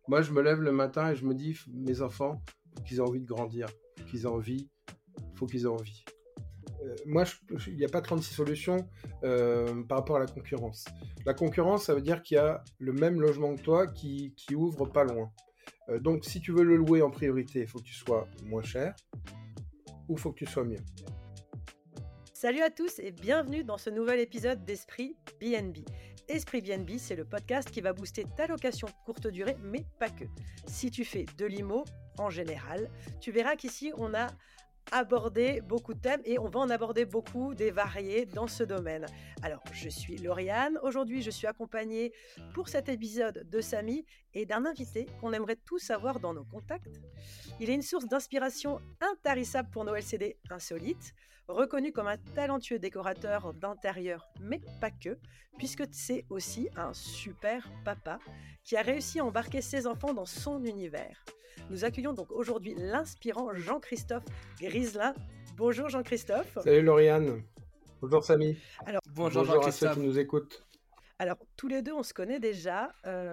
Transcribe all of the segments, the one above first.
Moi, je me lève le matin et je me dis, mes enfants, faut qu'ils aient envie de grandir, faut qu'ils aient envie. Moi, il n'y a pas 36 solutions par rapport à la concurrence. La concurrence, ça veut dire qu'il y a le même logement que toi qui ouvre pas loin. Donc, si tu veux le louer en priorité, il faut que tu sois moins cher ou il faut que tu sois mieux. Salut à tous et bienvenue dans ce nouvel épisode d'Esprit BNB. Esprit BNB, c'est le podcast qui va booster ta location courte durée, mais pas que. Si tu fais de l'IMO en général, tu verras qu'ici on a abordé beaucoup de thèmes et on va en aborder beaucoup des variés dans ce domaine. Alors, je suis Lauriane. Aujourd'hui, je suis accompagnée pour cet épisode de Samy et d'un invité qu'on aimerait tous avoir dans nos contacts. Il est une source d'inspiration intarissable pour nos LCD insolites, reconnu comme un talentueux décorateur d'intérieur, mais pas que, puisque c'est aussi un super papa qui a réussi à embarquer ses enfants dans son univers. Nous accueillons donc aujourd'hui l'inspirant Jean-Christophe Griselin. Bonjour Jean-Christophe. Salut Lauriane. Bonjour Samy. Alors, Bonjour à ceux qui nous écoutent. Alors, tous les deux, on se connaît déjà.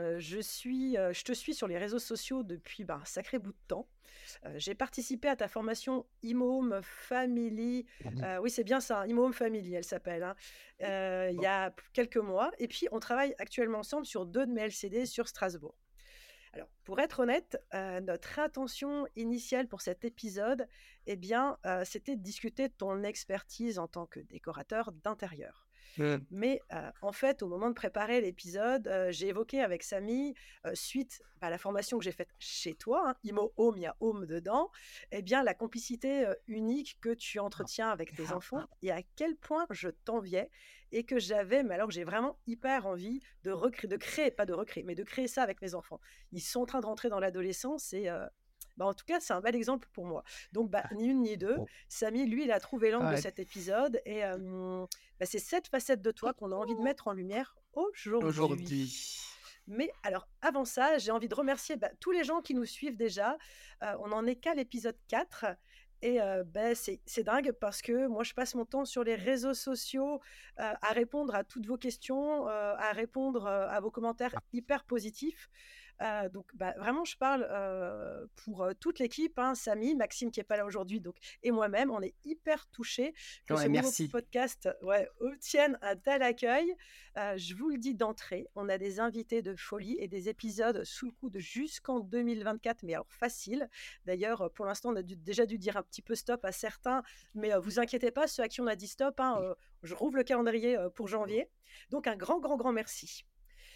Je te suis sur les réseaux sociaux depuis un sacré bout de temps. J'ai participé à ta formation Imo Home Family. Oui, c'est bien ça, Imo Home Family, elle s'appelle. Il y a quelques mois. Et puis, on travaille actuellement ensemble sur 2 de mes LCD sur Strasbourg. Alors, pour être honnête, notre intention initiale pour cet épisode, c'était de discuter de ton expertise en tant que décorateur d'intérieur. Mais en fait, au moment de préparer l'épisode, j'ai évoqué avec Samy, suite à la formation que j'ai faite chez toi, hein, Imo Home, il y a Home dedans, la complicité unique que tu entretiens avec tes enfants et à quel point je t'enviais et que mais alors j'ai vraiment hyper envie de créer, pas de recréer, mais de créer ça avec mes enfants. Ils sont en train de rentrer dans l'adolescence et en tout cas, c'est un bel exemple pour moi. Donc, ni une ni deux, Samy, lui, il a trouvé l'angle de cet épisode et c'est cette facette de toi qu'on a envie de mettre en lumière aujourd'hui. Mais alors, avant ça, j'ai envie de remercier tous les gens qui nous suivent déjà. On n'en est qu'à l'épisode 4. Et c'est dingue parce que moi, je passe mon temps sur les réseaux sociaux à répondre à toutes vos questions, à répondre à vos commentaires hyper positifs. Donc, vraiment, je parle pour toute l'équipe, hein, Samy, Maxime qui n'est pas là aujourd'hui, et moi-même, on est hyper touchés que ce nouveau podcast obtienne un tel accueil. Je vous le dis d'entrée, on a des invités de folie et des épisodes sous le coude jusqu'en 2024, mais alors facile. D'ailleurs, pour l'instant, on a déjà dû dire un petit peu stop à certains, mais vous inquiétez pas, ceux à qui on a dit stop, je rouvre le calendrier pour janvier. Donc, un grand, grand, grand merci.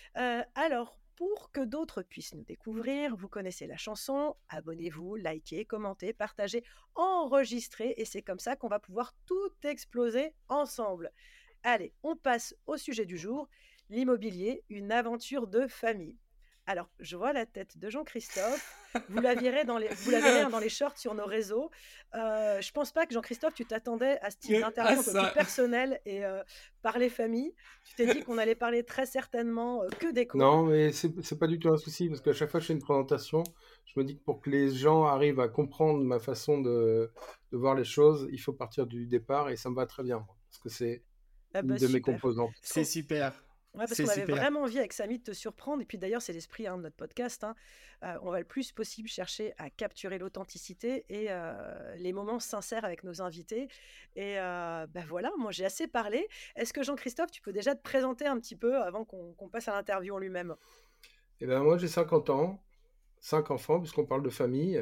Alors, pour que d'autres puissent nous découvrir, vous connaissez la chanson, abonnez-vous, likez, commentez, partagez, enregistrez, et c'est comme ça qu'on va pouvoir tout exploser ensemble. Allez, on passe au sujet du jour, l'immobilier, une aventure de famille. Alors, je vois la tête de Jean-Christophe. Vous la verrez dans les shorts sur nos réseaux. Je pense pas que Jean-Christophe, tu t'attendais à ce type d'interview un peu plus personnel et parler famille. Tu t'es dit qu'on allait parler très certainement que d'éco. Non, mais c'est pas du tout un souci parce qu'à chaque fois que je fais une présentation, je me dis que pour que les gens arrivent à comprendre ma façon de voir les choses, il faut partir du départ et ça me va très bien parce que c'est une de mes composantes. C'est super. Ouais, parce qu'on avait vraiment envie avec Samy de te surprendre. Et puis d'ailleurs, c'est l'esprit de notre podcast. On va le plus possible chercher à capturer l'authenticité et les moments sincères avec nos invités. Et voilà, moi j'ai assez parlé. Est-ce que Jean-Christophe, tu peux déjà te présenter un petit peu avant qu'on passe à l'interview en lui-même? Eh ben, moi j'ai 50 ans, 5 enfants puisqu'on parle de famille.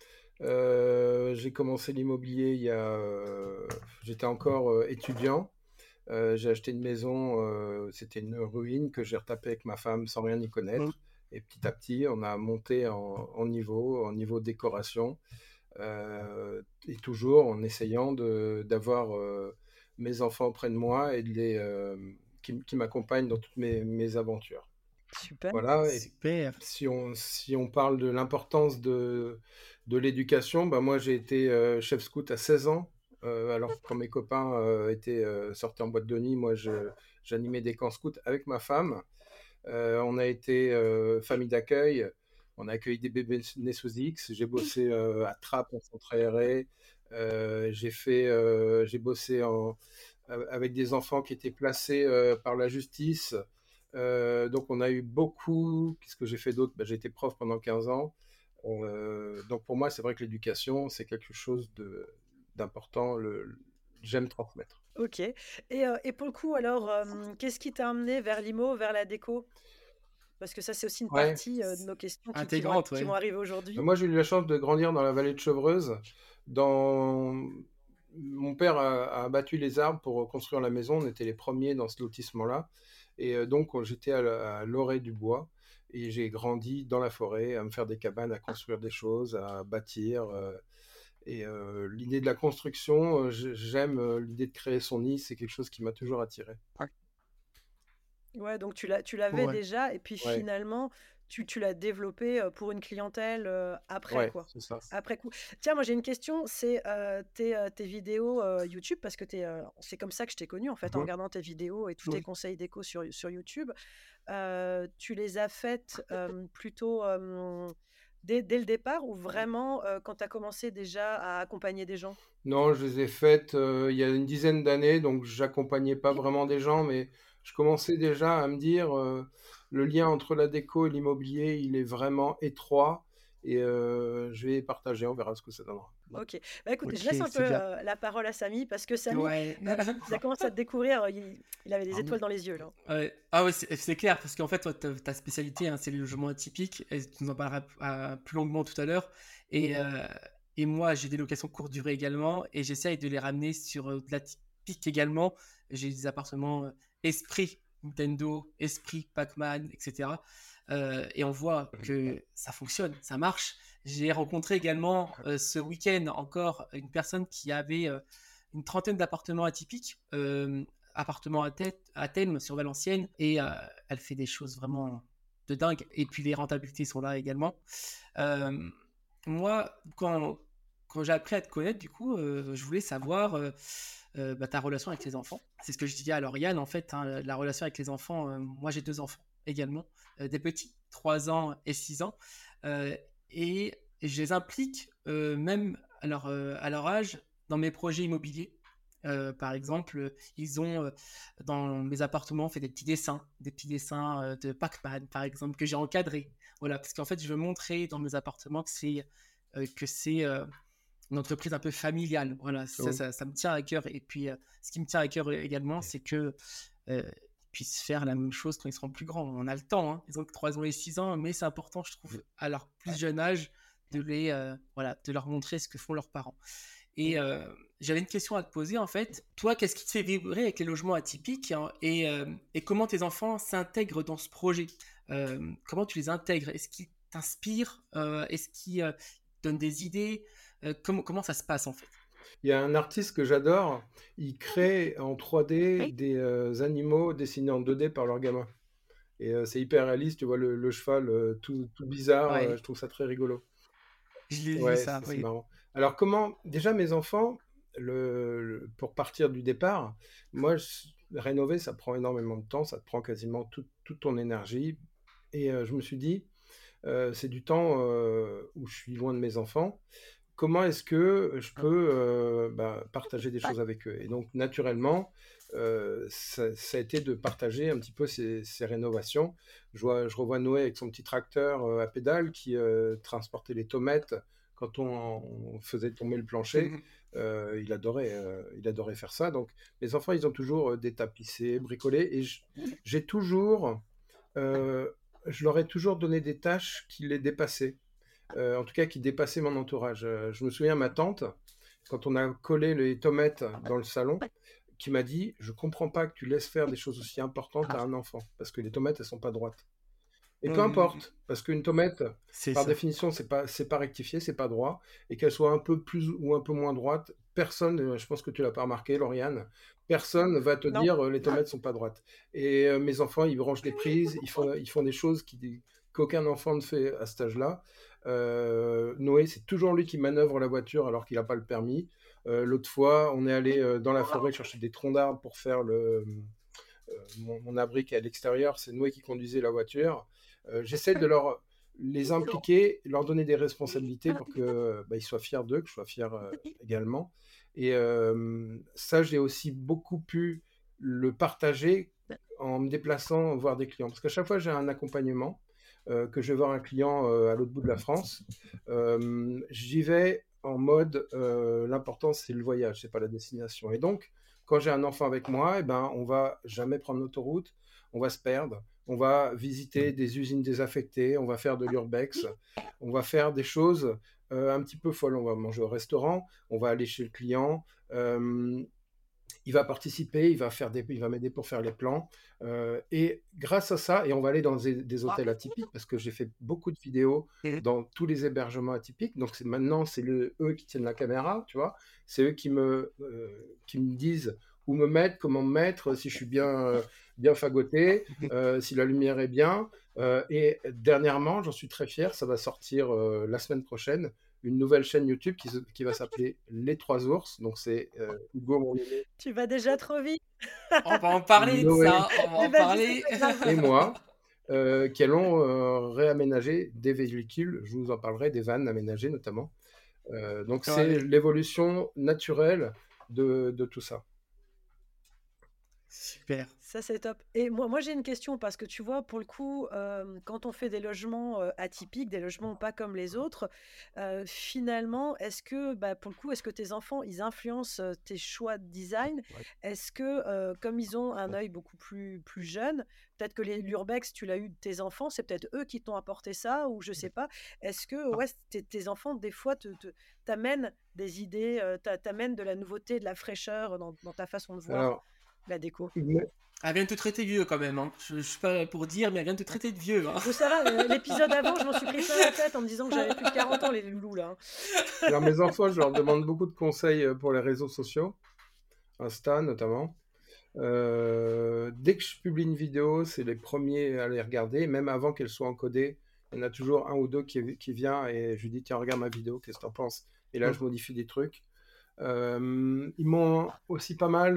J'ai commencé l'immobilier j'étais encore étudiant. J'ai acheté une maison, c'était une ruine que j'ai retapée avec ma femme sans rien y connaître. Et petit à petit, on a monté en niveau décoration. Et toujours en essayant d'avoir mes enfants auprès de moi et qui m'accompagnent dans toutes mes aventures. Super. Voilà. Super. Et si on parle de l'importance de l'éducation, moi j'ai été chef scout à 16 ans. Alors quand mes copains sortaient en boîte de nuit, moi j'animais des camps scouts avec ma femme. On a été famille d'accueil. On a accueilli des bébés nés sous X. J'ai bossé à Trappes en centre aéré. J'ai bossé avec des enfants qui étaient placés par la justice Donc on a eu beaucoup qu'est-ce que j'ai fait d'autre? Bah, j'ai été prof pendant 15 ans. Donc pour moi, c'est vrai que l'éducation, c'est quelque chose d'important. J'aime transmettre. OK et pour le coup alors, qu'est-ce qui t'a amené vers l'IMO, vers la déco? Parce que ça, c'est aussi une Ouais. partie, de nos questions Intégrante, qui vont ouais. arriver Bah, aujourd'hui. moi, j'ai eu la chance de grandir dans la vallée de Chevreuse. Dans... Mon père a abattu les arbres pour construire la maison. On était les premiers dans ce lotissement-là. Et donc, j'étais à l'orée du bois. Et j'ai grandi dans la forêt, à me faire des cabanes, à construire des choses, à bâtir. L'idée de la construction, j'aime l'idée de créer son nid. C'est quelque chose qui m'a toujours attiré. Ouais. Ouais, donc tu l'avais Ouais. déjà et puis Ouais, finalement, tu l'as développé, pour une clientèle, après ouais, quoi, c'est ça. après coup. Tiens, moi j'ai une question, c'est, tes vidéos, YouTube parce que c'est comme ça que je t'ai connu en fait, en Mhm. regardant tes vidéos et tous tes Oui. conseils déco sur YouTube. Tu les as faites, plutôt, dès le départ ou vraiment, quand tu as commencé déjà à accompagner des gens? Non, je les ai faites, il y a une dizaine d'années, donc j'accompagnais pas vraiment des gens, mais je commençais déjà à me dire, le lien entre la déco et l'immobilier, il est vraiment étroit et je vais partager, on verra ce que ça donnera. OK. Bah, écoute, je OK, laisse un peu, c'est bien. la parole à Samy parce que Samy, Ouais. il a commencé à te découvrir, il avait des Ah étoiles mais dans les yeux là. ouais. Ah ouais, c'est clair parce qu'en fait, toi, ta spécialité, hein, c'est le logement atypique et tu nous en parleras plus longuement tout à l'heure et heu et moi, j'ai des locations courte durée également et j'essaye de les ramener sur, de l'atypique également. J'ai des appartements, esprit Nintendo, esprit Pac-Man et cetera, et on voit que ça fonctionne, ça marche. J'ai rencontré également, ce week-end encore une personne qui avait, une trentaine d'appartements atypiques, appartements à thème sur Valenciennes et elle fait des choses vraiment de dingue et puis les rentabilités sont là également. Euh, Moi, quand j'ai appris à te connaître, du coup, je voulais savoir bah, ta relation avec les enfants. C'est ce que je disais à Lauriane, en fait, hein, la relation avec les enfants. Moi, j'ai deux enfants également, des petits, 3 ans et 6 ans. Euh, et je les implique, même à leur âge, dans mes projets immobiliers. Par exemple, ils ont dans mes appartements fait des petits dessins de Pac-Man, par exemple, que j'ai encadrés. Voilà, parce qu'en fait, je veux montrer dans mes appartements que c'est une entreprise un peu familiale. Voilà, Oui. ça me tient à cœur. Et puis, ce qui me tient à cœur également, c'est que ils puissent faire la même chose quand ils seront plus grands. On a le temps, hein. Ils ont que 3 ans et 6 ans, mais c'est important, je trouve, à leur plus jeune âge, voilà, de leur montrer ce que font leurs parents. Et j'avais une question à te poser en fait. Toi, qu'est-ce qui te fait vibrer avec les logements atypiques, hein, et comment tes enfants s'intègrent dans ce projet? Comment tu les intègres? Est-ce qu'ils t'inspirent? Est-ce qu'ils donnent des idées? Comment ça se passe en fait? Il y a un artiste que j'adore, il crée en 3D des animaux dessinés en 2D par leur gamin. Et c'est hyper réaliste, tu vois le cheval tout bizarre, Ouais, je trouve ça très rigolo. je l'ai vu Ouais, ça, c'est oui. marrant. Alors comment déjà mes enfants, pour partir du départ, moi rénover ça prend énormément de temps, ça te prend quasiment toute ton énergie. Et je me suis dit, c'est du temps où je suis loin de mes enfants. Comment est-ce que je peux bah, partager des choses avec eux? Et donc naturellement, ça a été de partager un petit peu ces rénovations. Je revois Noé avec son petit tracteur à pédale qui transportait les tomates quand on faisait tomber le plancher. Il adorait faire ça. Donc les enfants, ils ont toujours détapissé, bricolé. Et j'ai toujours, euh, je leur ai toujours donné des tâches qui les dépassaient, en tout cas qui dépassait mon entourage. Je me souviens, ma tante, quand on a collé les tomates dans le salon, qui m'a dit, je comprends pas que tu laisses faire des choses aussi importantes à un enfant, parce que les tomates, elles sont pas droites. Et peu Mhm. importe, parce qu'une tomate, C'est par ça. définition, c'est pas rectifié, c'est pas droit, et qu'elle soit un peu plus ou un peu moins droite, personne, je pense que tu l'as pas remarqué, Lauriane, personne va te Non. dire les tomates sont pas droites. Et mes enfants, ils branchent des prises, ils font des choses qu'aucun enfant ne fait à cet âge-là. Noé, c'est toujours lui qui manœuvre la voiture alors qu'il n'a pas le permis. L'autre fois, on est allé dans la forêt chercher des troncs d'arbres pour faire mon abri qui est à l'extérieur, c'est Noé qui conduisait la voiture. J'essaie de les impliquer, leur donner des responsabilités pour que bah, ils soient fiers d'eux, que je sois fier également. Et ça, j'ai aussi beaucoup pu le partager en me déplaçant voir des clients. Parce qu'à chaque fois, j'ai un accompagnement, que je vais voir un client à l'autre bout de la France. J'y vais en mode, l'important, c'est le voyage, c'est pas la destination. Et donc, quand j'ai un enfant avec moi, eh ben, on va jamais prendre l'autoroute, on va se perdre, on va visiter des usines désaffectées, on va faire de l'urbex, on va faire des choses un petit peu folles. On va manger au restaurant, on va aller chez le client. Il va participer, il va m'aider pour faire les plans. Et grâce à ça, et on va aller dans des hôtels atypiques, parce que j'ai fait beaucoup de vidéos dans tous les hébergements atypiques. Donc maintenant, c'est eux qui tiennent la caméra, tu vois. C'est eux qui me disent où me mettre, comment me mettre, si je suis bien fagoté, si la lumière est bien. Et dernièrement, j'en suis très fier, ça va sortir la semaine prochaine, une nouvelle chaîne YouTube qui va s'appeler Les Trois Ours. Donc c'est Hugo, mon aîné, Tu vas déjà trop vite. On va en parler de Noé ça, on va en Vas-y, c'est parler. pas grave. et moi, qui allons réaménager des véhicules. Je vous en parlerai, des vannes aménagées notamment. Donc c'est Ouais, l'évolution naturelle de tout ça. super. Ça, c'est top. Et moi j'ai une question parce que tu vois, pour le coup, quand on fait des logements atypiques, des logements pas comme les autres, finalement, est-ce que, bah, pour le coup, est-ce que tes enfants, ils influencent tes choix de design? Est-ce que, comme ils ont un œil beaucoup plus jeune, peut-être que l'urbex, tu l'as eu de tes enfants, c'est peut-être eux qui t'ont apporté ça, ou je sais pas. Est-ce que, ouais, tes enfants, des fois, t'amènent des idées, t'amènent de la nouveauté, de la fraîcheur dans ta façon de voir Alors, la déco? Elle vient de te traiter vieux quand même, hein. Je suis pas pour dire, mais elle vient de te traiter de vieux, hein. Oh, ça va, l'épisode avant, je m'en suis pris plein la tête en me disant que j'avais plus de 40 ans, les loulous, là. alors mes enfants, je leur demande beaucoup de conseils pour les réseaux sociaux, Insta notamment. Dès que je publie une vidéo, c'est les premiers à les regarder, même avant qu'elle soit encodée. Il y en a toujours un ou deux qui vient et je lui dis tiens, regarde ma vidéo, qu'est-ce que t'en penses? Et là, Hum. je modifie des trucs. Ils m'ont aussi pas mal,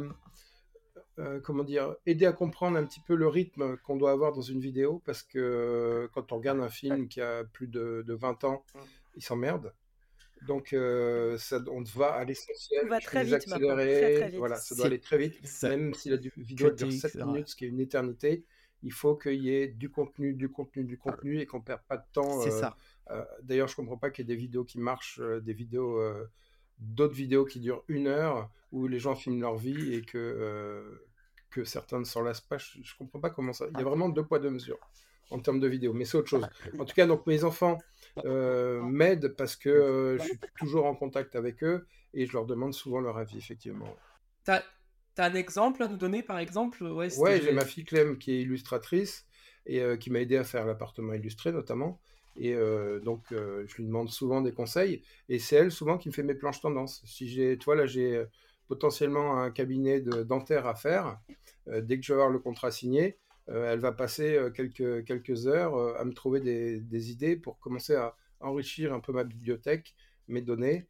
comment dire, aidé à comprendre un petit peu le rythme qu'on doit avoir dans une vidéo, parce que quand on regarde un film qui a plus de 20 ans, il s'emmerde. Donc, on va à Tout l'essentiel. va Je fais très des vite maintenant, très très accélérés. vite. Voilà, ça doit aller très vite. Ça, Même si la vidéo elle dure cutter, 7 etc. minutes, ce qui est une éternité, il faut qu'il y ait du contenu, du contenu, du contenu et qu'on ne perde pas de temps. C'est ça. D'ailleurs, je ne comprends pas qu'il y ait des vidéos qui marchent, d'autres vidéos qui durent 1 heure où les gens filment leur vie et que certains ne s'en lassent pas. Je ne comprends pas comment ça. Il y a vraiment 2 poids 2 mesures en termes de vidéos, mais c'est autre chose. En tout cas, donc mes enfants m'aident parce que je suis toujours en contact avec eux et je leur demande souvent leur avis, effectivement. T'as, t'as un exemple à nous donner, par exemple? Ouais, Ouais, j'ai ma fille Clem qui est illustratrice et qui m'a aidé à faire l'appartement illustré notamment. Et donc, je lui demande souvent des conseils. Et c'est elle souvent qui me fait mes planches tendances. Si j'ai, tu vois, là, j'ai potentiellement un cabinet de dentaire à faire. Dès que je vais avoir le contrat signé, elle va passer quelques heures à me trouver des idées pour commencer à enrichir un peu ma bibliothèque, mes données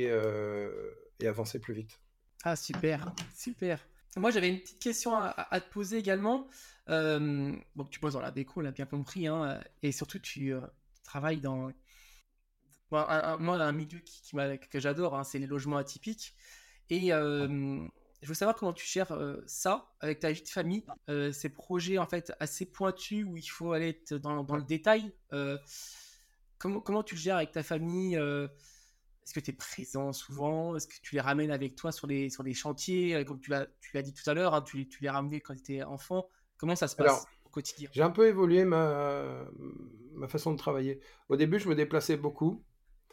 et avancer plus vite. Ah, super, super. Moi, j'avais une petite question à te poser également. Bon, tu bosses dans la déco, on l'a bien compris, hein, et surtout, tu travailles dans moi, un milieu que j'adore, hein, c'est les logements atypiques. Et je veux savoir comment tu gères ça avec ta vie de famille, ces projets en fait assez pointus où il faut aller être dans le détail. Comment tu le gères avec ta famille? Est-ce que tu es présent souvent? Est-ce que tu les ramènes avec toi sur les chantiers? Comme tu l'as dit tout à l'heure, hein, tu les ramenais quand tu étais enfant. Comment ça se Alors, passe au quotidien? j'ai un peu évolué ma façon de travailler. Au début, je me déplaçais beaucoup.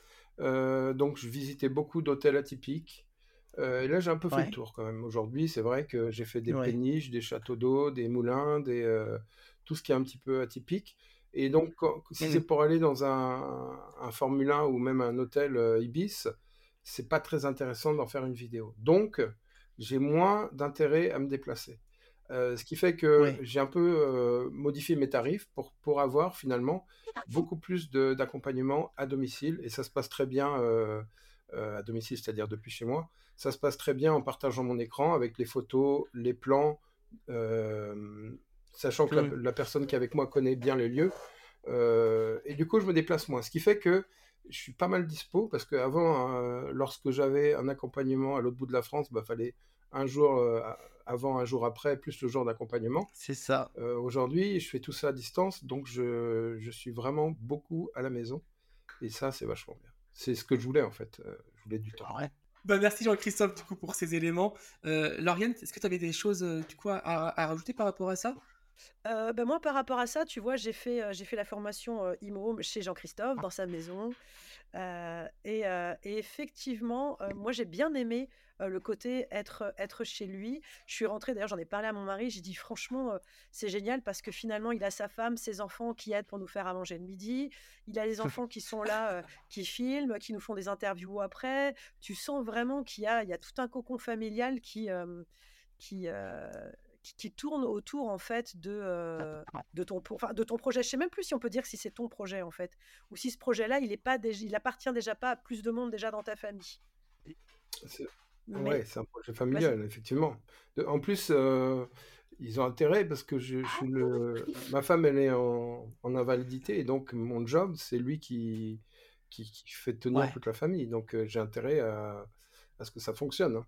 Donc, je visitais beaucoup d'hôtels atypiques. Et là, j'ai un peu fait le Ouais, tour quand même. Aujourd'hui, c'est vrai que j'ai fait des ouais. péniches, des châteaux d'eau, des moulins, tout ce qui est un petit peu atypique. Et donc, si c'est Mhm. pour aller dans un Formule 1 ou même un hôtel Ibis, c'est pas très intéressant d'en faire une vidéo. Donc, j'ai moins d'intérêt à me déplacer. Ce qui fait que Ouais. j'ai un peu modifié mes tarifs pour avoir finalement beaucoup plus d'accompagnement à domicile. Et ça se passe très bien à domicile, c'est-à-dire depuis chez moi. Ça se passe très bien en partageant mon écran avec les photos, les plans, euh, sachant que Mhm. la personne qui est avec moi connaît bien les lieux. Et du coup, je me déplace moins. Ce qui fait que je suis pas mal dispo parce qu'avant, lorsque j'avais un accompagnement à l'autre bout de la France, il fallait un jour avant, un jour après, plus le jour d'accompagnement. C'est ça. Aujourd'hui, je fais tout ça à distance, donc je suis vraiment beaucoup à la maison. Et ça, c'est vachement bien. C'est ce que je voulais, en fait. Je voulais du temps. Ouais. Bah, merci Jean-Christophe du coup pour ces éléments. Lauriane, est-ce que tu avais des choses du coup à rajouter par rapport à ça? Moi, par rapport à ça, tu vois, j'ai fait la formation IMO chez Jean-Christophe, dans sa maison. Et effectivement, moi, j'ai bien aimé le côté être chez lui. Je suis rentrée, d'ailleurs, j'en ai parlé à mon mari. J'ai dit, franchement, c'est génial parce que finalement, il a sa femme, ses enfants qui aident pour nous faire à manger le midi. Il a les enfants qui sont là, qui filment, qui nous font des interviews après. Tu sens vraiment il y a tout un cocon familial qui, qui tourne autour en fait de ton projet. Je sais même plus si on peut dire si c'est ton projet en fait, ou si ce projet-là, il appartient déjà pas à plus de monde déjà dans ta famille. C'est- Mais Ouais, c'est un projet vas-y. familial, effectivement. En plus, ils ont intérêt parce que ma femme, elle est en invalidité et donc mon job, c'est lui qui fait tenir Ouais. toute la famille. Donc j'ai intérêt à ce que ça fonctionne, hein.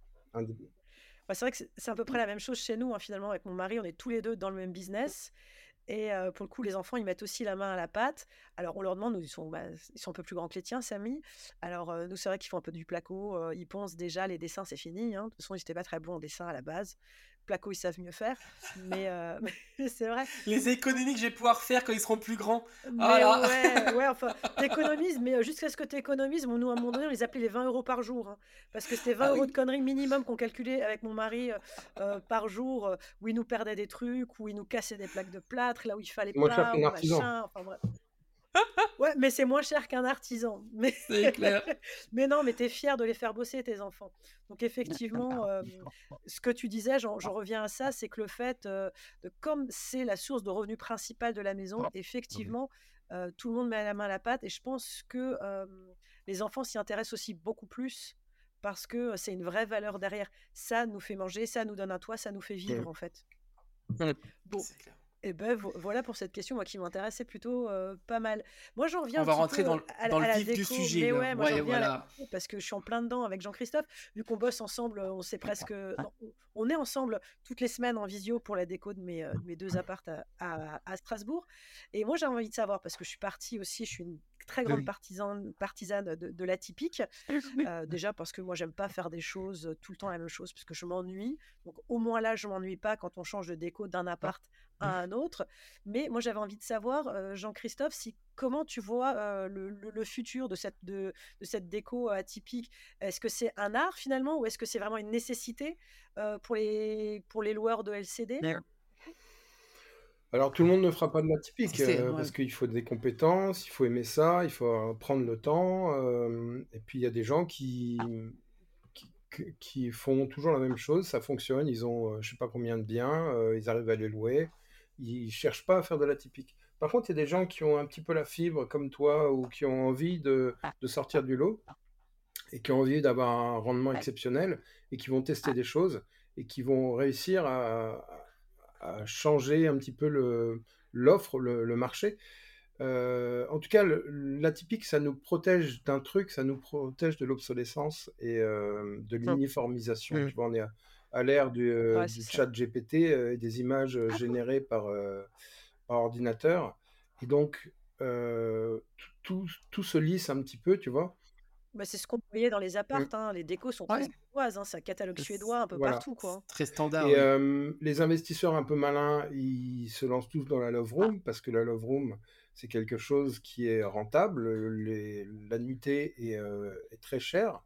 C'est vrai que c'est à peu près la même chose chez nous, hein, finalement, avec mon mari, on est tous les deux dans le même business. Et pour le coup, les enfants, ils mettent aussi la main à la pâte. Alors, on leur demande, nous, ils sont un peu plus grands que les tiens, Samy. Alors, nous, c'est vrai qu'ils font un peu du placo. Ils poncent déjà, les dessins, c'est fini, hein. De toute façon, ils n'étaient pas très bons en dessin à la base. Placo, ils savent mieux faire. Mais, mais c'est vrai. Les économies que je vais pouvoir faire quand ils seront plus grands. Ah Mais là. ouais, enfin, t'économises, mais jusqu'à ce que t'économises, bon, nous, à un moment donné, on les appelait les 20 € par jour, hein, parce que c'était 20 Ah euros de oui. conneries minimum qu'on calculait avec mon mari par jour, où il nous perdait des trucs, où il nous cassait des plaques de plâtre, là où il fallait C'est moins cher pas, qu'un ou artisan. machin, enfin bref. Ouais, mais c'est moins cher qu'un artisan. Mais, C'est clair. mais non, mais t'es fier de les faire bosser, tes enfants. Donc effectivement, ce que tu disais, j'en reviens à ça, c'est que le fait comme c'est la source de revenus principale de la maison, effectivement, tout le monde met la main à la pâte. Et je pense que les enfants s'y intéressent aussi beaucoup plus parce que c'est une vraie valeur derrière. Ça nous fait manger, ça nous donne un toit, ça nous fait vivre en fait. Bon, C'est clair. et ben voilà pour cette question, moi, qui m'intéressait plutôt pas mal. Moi, j'en reviens On un va petit rentrer peu dans le à la vif du déco, sujet mais là. ouais, moi j'en Ouais, reviens à la voilà. déco parce que je suis en plein dedans avec Jean-Christophe. Vu qu'on bosse ensemble, on sait presque. Non, on est ensemble toutes les semaines en visio pour la déco de mes deux appartes à Strasbourg. Et moi, j'ai envie de savoir, parce que je suis partie aussi, je suis une très grande partisane de l'atypique. Déjà parce que moi, j'aime pas faire des choses tout le temps la même chose, parce que je m'ennuie. Donc au moins là, je m'ennuie pas quand on change de déco d'un appart à un autre. Mais moi, j'avais envie de savoir, Jean-Christophe, comment tu vois le futur de cette déco atypique. Est-ce que c'est un art finalement ou est-ce que c'est vraiment une nécessité pour les loueurs de LCD? Alors tout le monde ne fera pas de l'atypique Ouais. parce qu'il faut des compétences, il faut aimer ça, il faut prendre le temps. Et puis il y a des gens qui font toujours la même chose, ça fonctionne, ils ont je sais pas combien de biens, ils arrivent à les louer, ils cherchent pas à faire de l'atypique. Par contre, il y a des gens qui ont un petit peu la fibre comme toi ou qui ont envie de sortir du lot et qui ont envie d'avoir un rendement exceptionnel et qui vont tester des choses et qui vont réussir à changer un petit peu l'offre, le marché. En tout cas, l'atypique, ça nous protège d'un truc, ça nous protège de l'obsolescence et de l'uniformisation. Tu vois, on est à l'ère Ouais, c'est du ça. chat GPT et des images générées par ordinateur. Et donc, tout se lisse un petit peu, tu vois. Bah, c'est ce qu'on voyait dans les apparts, Mm. hein. Les décos sont très Ouais. suédoises, hein. C'est un catalogue suédois un peu Voilà. partout, quoi. C'est très standard, Et oui. les investisseurs un peu malins, ils se lancent tous dans la Love Room parce que la Love Room, c'est quelque chose qui est rentable. La nuitée est très chère.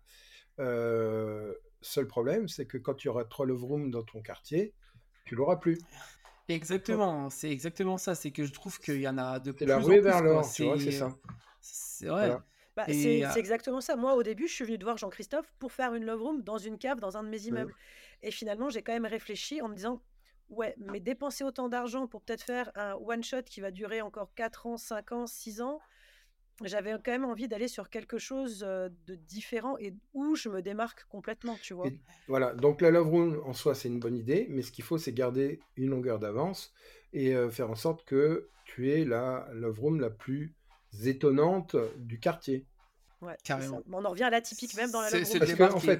Seul problème, c'est que quand tu auras 3 Love Rooms dans ton quartier, tu l'auras plus. Exactement, c'est exactement ça. C'est que je trouve qu'il y en a de C'est la plus en ruée vers plus, quoi. l'or, tu vois, c'est ça. Ouais. Voilà. Bah, Et c'est exactement ça. Moi, au début, je suis venue de voir Jean-Christophe pour faire une love room dans une cave, dans un de mes Mm. immeubles. Et finalement, j'ai quand même réfléchi en me disant, ouais, mais dépenser autant d'argent pour peut-être faire un one-shot qui va durer encore 4 ans, 5 ans, 6 ans, j'avais quand même envie d'aller sur quelque chose de différent et où je me démarque complètement, tu vois. Et voilà, donc la Love Room en soi, c'est une bonne idée, mais ce qu'il faut, c'est garder une longueur d'avance et faire en sorte que tu aies la Love Room la plus étonnante du quartier. Ouais, c'est ça. carrément. Mais on en revient à l'atypique même dans la love Se room. Parce que, en démarquer. fait,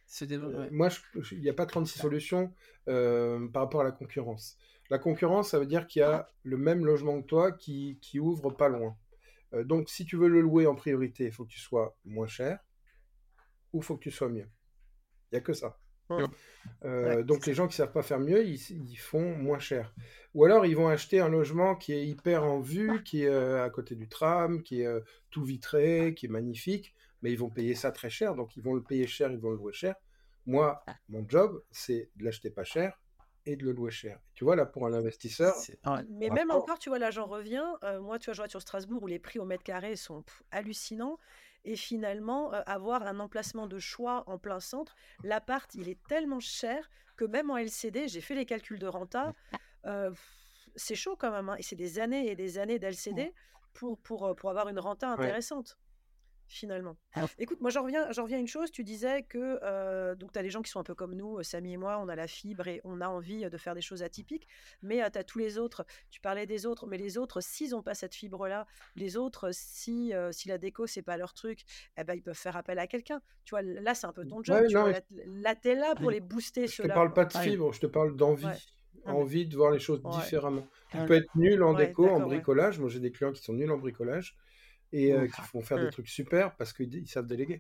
Se développe, ouais. Moi, il n'y a pas 36 solutions par rapport à la concurrence. La concurrence, ça veut dire qu'il y a le même logement que toi qui ouvre pas loin. Donc, si tu veux le louer en priorité, il faut que tu sois moins cher ou il faut que tu sois mieux. Il n'y a que ça. Ouais, c'est Donc, les ça. gens qui savent pas faire mieux, ils font moins cher. Ou alors, ils vont acheter un logement qui est hyper en vue, qui est à côté du tram, qui est tout vitré, qui est magnifique, mais ils vont payer ça très cher. Donc, ils vont le payer cher, ils vont le louer cher. Moi, mon job, c'est de l'acheter pas cher et de le louer cher. Tu vois, là, pour un investisseur, Ouais. Mais même encore, tu vois, là, j'en reviens. Moi, tu vois, je vois sur Strasbourg où les prix au mètre carré sont hallucinants. Et finalement, avoir un emplacement de choix en plein centre, l'appart, il est tellement cher que même en LCD, j'ai fait les calculs de renta. C'est chaud quand même, hein. Et c'est des années et des années d'LCD pour avoir une renta ouais. intéressante finalement. Écoute, moi j'en reviens à une chose, tu disais que donc tu as des gens qui sont un peu comme nous, Samy et moi, on a la fibre et on a envie de faire des choses atypiques, mais tu as tous les autres, tu parlais des autres, mais les autres, s'ils n'ont pas cette fibre-là, les autres, si la déco, c'est pas leur truc, eh ben, ils peuvent faire appel à quelqu'un. Tu vois, là, c'est un peu ton job, Ouais, tu non, vois, là, tu es là pour les booster, je te ceux-là, parle quoi. pas de fibre, je te parle Ouais, d'envie. Ah, mais- Envie de voir les choses ouais, différemment. Tu peux être nul en ouais, déco, en d'accord, ouais. bricolage. Moi, j'ai des clients qui sont nuls en bricolage et qui font faire des Hum. trucs super parce qu'ils savent déléguer.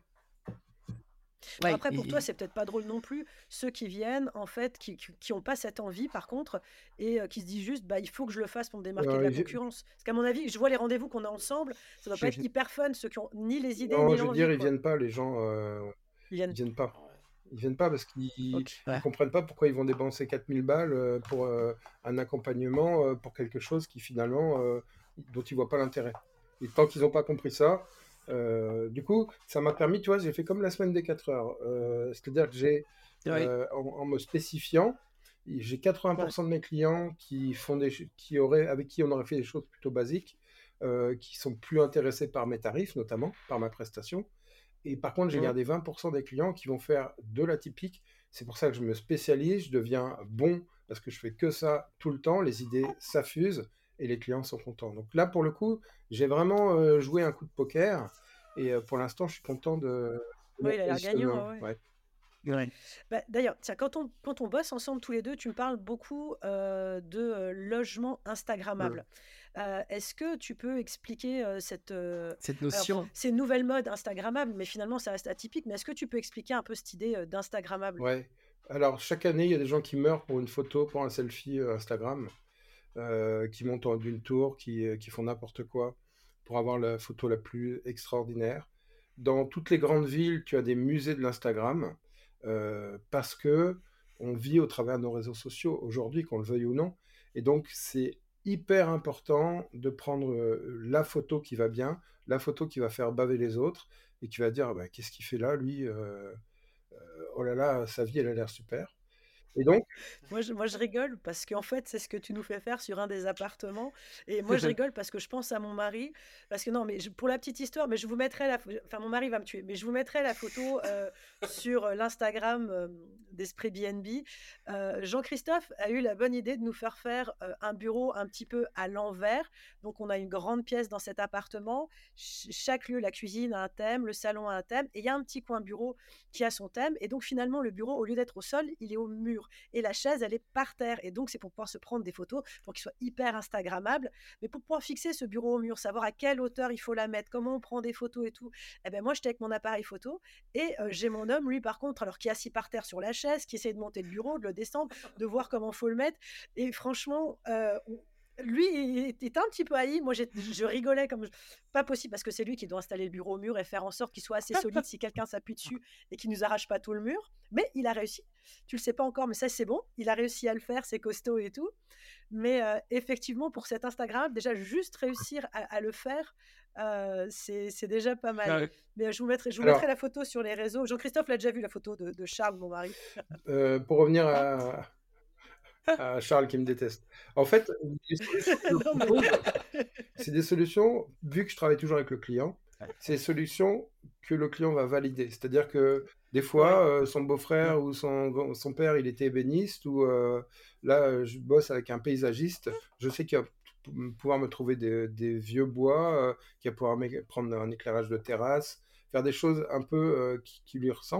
Bon, Ouais, après, pour toi, c'est peut-être pas drôle non plus. Ceux qui viennent, en fait, qui ont pas cette envie, par contre, et qui se disent juste, bah, il faut que je le fasse pour me démarquer de la Ils- concurrence. Parce qu'à mon avis, je vois les rendez-vous qu'on a ensemble, ça doit pas être hyper fun, ceux qui ont ni les idées non, ni je veux dire, l'envie, ils quoi. viennent pas, les gens, Ils ils viennent. viennent pas. Ils viennent pas parce Ok. ils comprennent pas pourquoi ils vont dépenser 4000 balles pour un accompagnement pour quelque chose qui finalement, dont ils voient pas l'intérêt. Et tant qu'ils n'ont pas compris ça, du coup, ça m'a permis, tu vois, j'ai fait comme la semaine des 4 heures. C'est-à-dire que en me spécifiant, j'ai 80% de mes clients qui font avec qui on aurait fait des choses plutôt basiques, qui sont plus intéressés par mes tarifs, notamment par ma prestation. Et par contre, j'ai Mm. gardé 20% des clients qui vont faire de l'atypique. C'est pour ça que je me spécialise, je deviens bon parce que je fais que ça tout le temps. Les idées s'affusent et les clients sont contents. Donc là, pour le coup, j'ai vraiment joué un coup de poker et pour l'instant, je suis content de mon Oui, il a l'air gagnant, positionnement. ouais. Ouais. Bah, d'ailleurs, tiens, quand on bosse ensemble tous les deux, tu me parles beaucoup de logement Mm. Instagrammable. Est-ce que tu peux expliquer cette alors, notion. c'est une nouvelle mode Instagrammable, mais finalement, ça reste atypique. Mais est-ce que tu peux expliquer un peu cette idée d'Instagrammable? Ouais. Alors, chaque année, il y a des gens qui meurent pour une photo, pour un selfie Instagram, qui montent d'une tour, qui font n'importe quoi pour avoir la photo la plus extraordinaire. Dans toutes les grandes villes, tu as des musées de l'Instagram, parce que on vit au travers de nos réseaux sociaux aujourd'hui, qu'on le veuille ou non. Et donc, c'est hyper important de prendre la photo qui va bien, la photo qui va faire baver les autres, et qui va dire, bah, qu'est-ce qu'il fait là, lui oh là là, sa vie, elle a l'air super. Et donc, Moi, je rigole parce qu'en fait, c'est ce que tu nous fais faire sur un des appartements. Et moi, je rigole parce que je pense à mon mari. Parce que non, mais pour la petite histoire, mais je vous mettrai enfin, mon mari va me tuer, mais je vous mettrai la photo sur l'Instagram d'Esprit BNB. Jean-Christophe a eu la bonne idée de nous faire un bureau un petit peu à l'envers. Donc, on a une grande pièce dans cet appartement. Chaque lieu, la cuisine a un thème, le salon a un thème. Et il y a un petit coin bureau qui a son thème. Et donc, finalement, le bureau, au lieu d'être au sol, il est au mur et la chaise, elle est par terre. Et donc, c'est pour pouvoir se prendre des photos, pour qu'il soit hyper Instagrammable. Mais pour pouvoir fixer ce bureau au mur, savoir à quelle hauteur il faut la mettre, comment on prend des photos et tout, eh ben moi, j'étais avec mon appareil photo et j'ai mon homme, lui, par contre, alors qui est assis par terre sur la chaise, qui essaie de monter le bureau, de le descendre, de voir comment il faut le mettre. Et franchement, lui il était un petit peu haï. Moi, je rigolais comme pas possible parce que c'est lui qui doit installer le bureau au mur et faire en sorte qu'il soit assez solide si quelqu'un s'appuie dessus et qu'il nous arrache pas tout le mur. Mais il a réussi. Tu le sais pas encore, mais ça c'est bon. Il a réussi à le faire, c'est costaud et tout. Mais effectivement, pour cet Instagram, déjà juste réussir à le faire, c'est déjà pas mal. Ouais. Mais je vous mettrai alors, la photo sur les réseaux. Jean-Christophe l'a déjà vu, la photo de Charles, mon mari. pour revenir à Charles qui me déteste. En fait, les solutions que je Non, mais propose, c'est des solutions, vu que je travaille toujours avec le client, c'est des solutions que le client va valider. C'est-à-dire que des ouais. fois, son beau-frère ou son père, il était ébéniste, ou là, je bosse avec un paysagiste, je sais qu'il va pouvoir me trouver des vieux bois, qu'il va pouvoir prendre un éclairage de terrasse, faire des choses un peu qui lui ressemblent.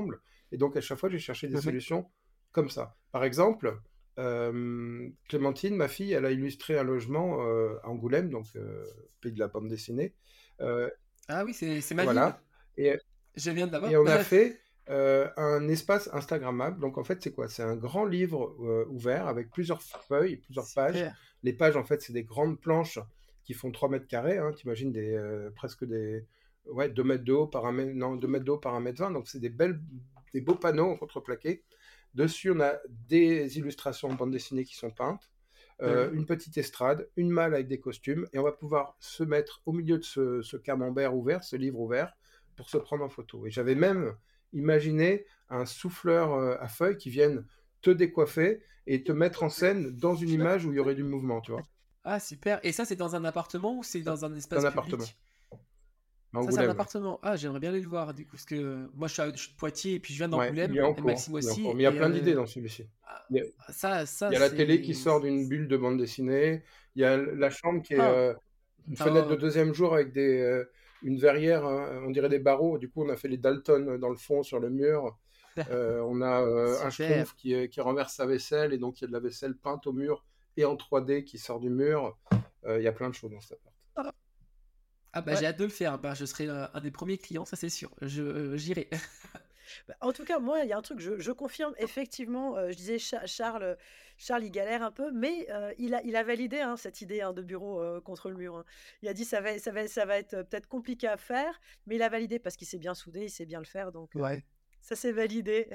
Et donc, à chaque fois, j'ai cherché des Mhm. solutions comme ça. Par exemple, Clémentine, ma fille, elle a illustré un logement à Angoulême, donc pays de la bande dessinée. Euh, Ah oui, c'est ma ville. voilà. Et, Je viens de et là-bas. on a fait un espace Instagrammable. Donc, en fait, c'est quoi? C'est un grand livre ouvert avec plusieurs feuilles, plusieurs pages. Super. Les pages, en fait, c'est des grandes planches qui font 3 mètres carrés. Hein. T'imagines presque des... Ouais, 2 mètres de haut par 1 mètre... Non, 2 mètres de haut par 1 mètre 20. Donc, c'est des beaux panneaux contreplaqués. Dessus, on a des illustrations en bande dessinée qui sont peintes, Joli. une petite estrade, une malle avec des costumes, et on va pouvoir se mettre au milieu de ce camembert ouvert, ce livre ouvert, pour se prendre en photo. Et j'avais même imaginé un souffleur à feuilles qui vienne te décoiffer et te mettre en scène dans une image où il y aurait du mouvement, tu vois. Ah, super. Et ça, c'est dans un appartement ou c'est dans un C'est un espace appartement, public? à Ça, c'est un Angoulême. Ouais, appartement. Ah, j'aimerais bien aller le voir, du coup, parce que moi, je suis de Poitiers et puis je viens ouais, il est d'Angoulême, en et cours. Maxime Il est en cours. aussi. Mais il y a Et plein d'idées dans celui-ci. ah, Il y a, il ça, y a la télé qui c'est. sort d'une bulle de bande dessinée. Il y a la chambre qui est Ah, une fenêtre de oh, deuxième jour avec une verrière, hein, on dirait des barreaux. Du coup, on a fait les Dalton dans le fond sur le mur. On a un super. schtroumpf qui renverse sa vaisselle et donc il y a de la vaisselle peinte au mur et en 3D qui sort du mur. Il y a plein de choses dans cet appart. Ah, ah bah, Ouais. j'ai hâte de le faire. Bah, je serai un des premiers clients, ça c'est sûr. J'irai. Bah, en tout cas, moi, il y a un truc, je confirme, effectivement, je disais Charles, il galère un peu, mais il a validé hein, cette idée hein, de bureau contre le mur. Hein. Il a dit ça va être peut-être compliqué à faire, mais il a validé parce qu'il sait bien souder, il sait bien le faire, donc Ouais. ça s'est validé.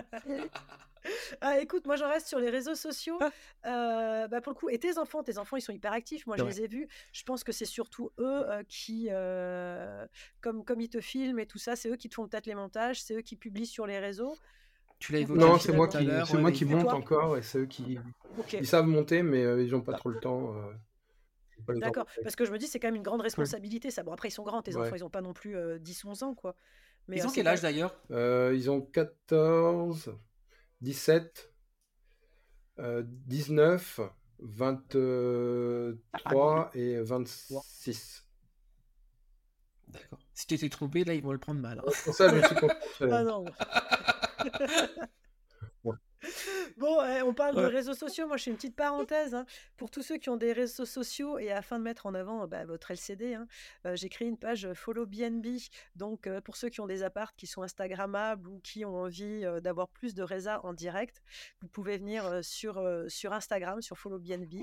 Ah, écoute, moi j'en reste sur les réseaux sociaux. Bah, pour le coup, et tes enfants, ils sont hyper actifs. Moi, je Ouais. les ai vus. Je pense que c'est surtout eux qui, comme ils te filment et tout ça, c'est eux qui te font peut-être les montages, c'est eux qui publient sur les réseaux. Tu l'as Ou évoqué un Non, petit peu tout finalement, à l'heure. c'est Ouais, moi mais qui c'est monte toi. encore et c'est eux qui Ok, ils savent monter, mais ils n'ont pas trop le temps. Faut pas les d'accord. embêter. Parce que je me dis, c'est quand même une grande cool. responsabilité. Ça. Bon, après, ils sont grands, tes enfants, Ouais. ils n'ont pas non plus 10-11 ans, quoi. Mais Ils ont c'est quel quand âge même. d'ailleurs? Ils ont 14, 17, 19, Ah, oui. 23 et 26. D'accord. Si tu t'es trompé, là, ils vont le prendre mal. Hein. Pour ça, je me suis concentré. Ah non. Ouais. Bon, on parle de Ouais. réseaux sociaux. Moi, je fais une petite parenthèse. Hein. Pour tous ceux qui ont des réseaux sociaux et afin de mettre en avant bah, votre LCD, hein, j'ai créé une page Follow BNB. Donc, pour ceux qui ont des apparts qui sont Instagrammables ou qui ont envie d'avoir plus de résa en direct, vous pouvez venir sur Instagram, sur Follow BNB,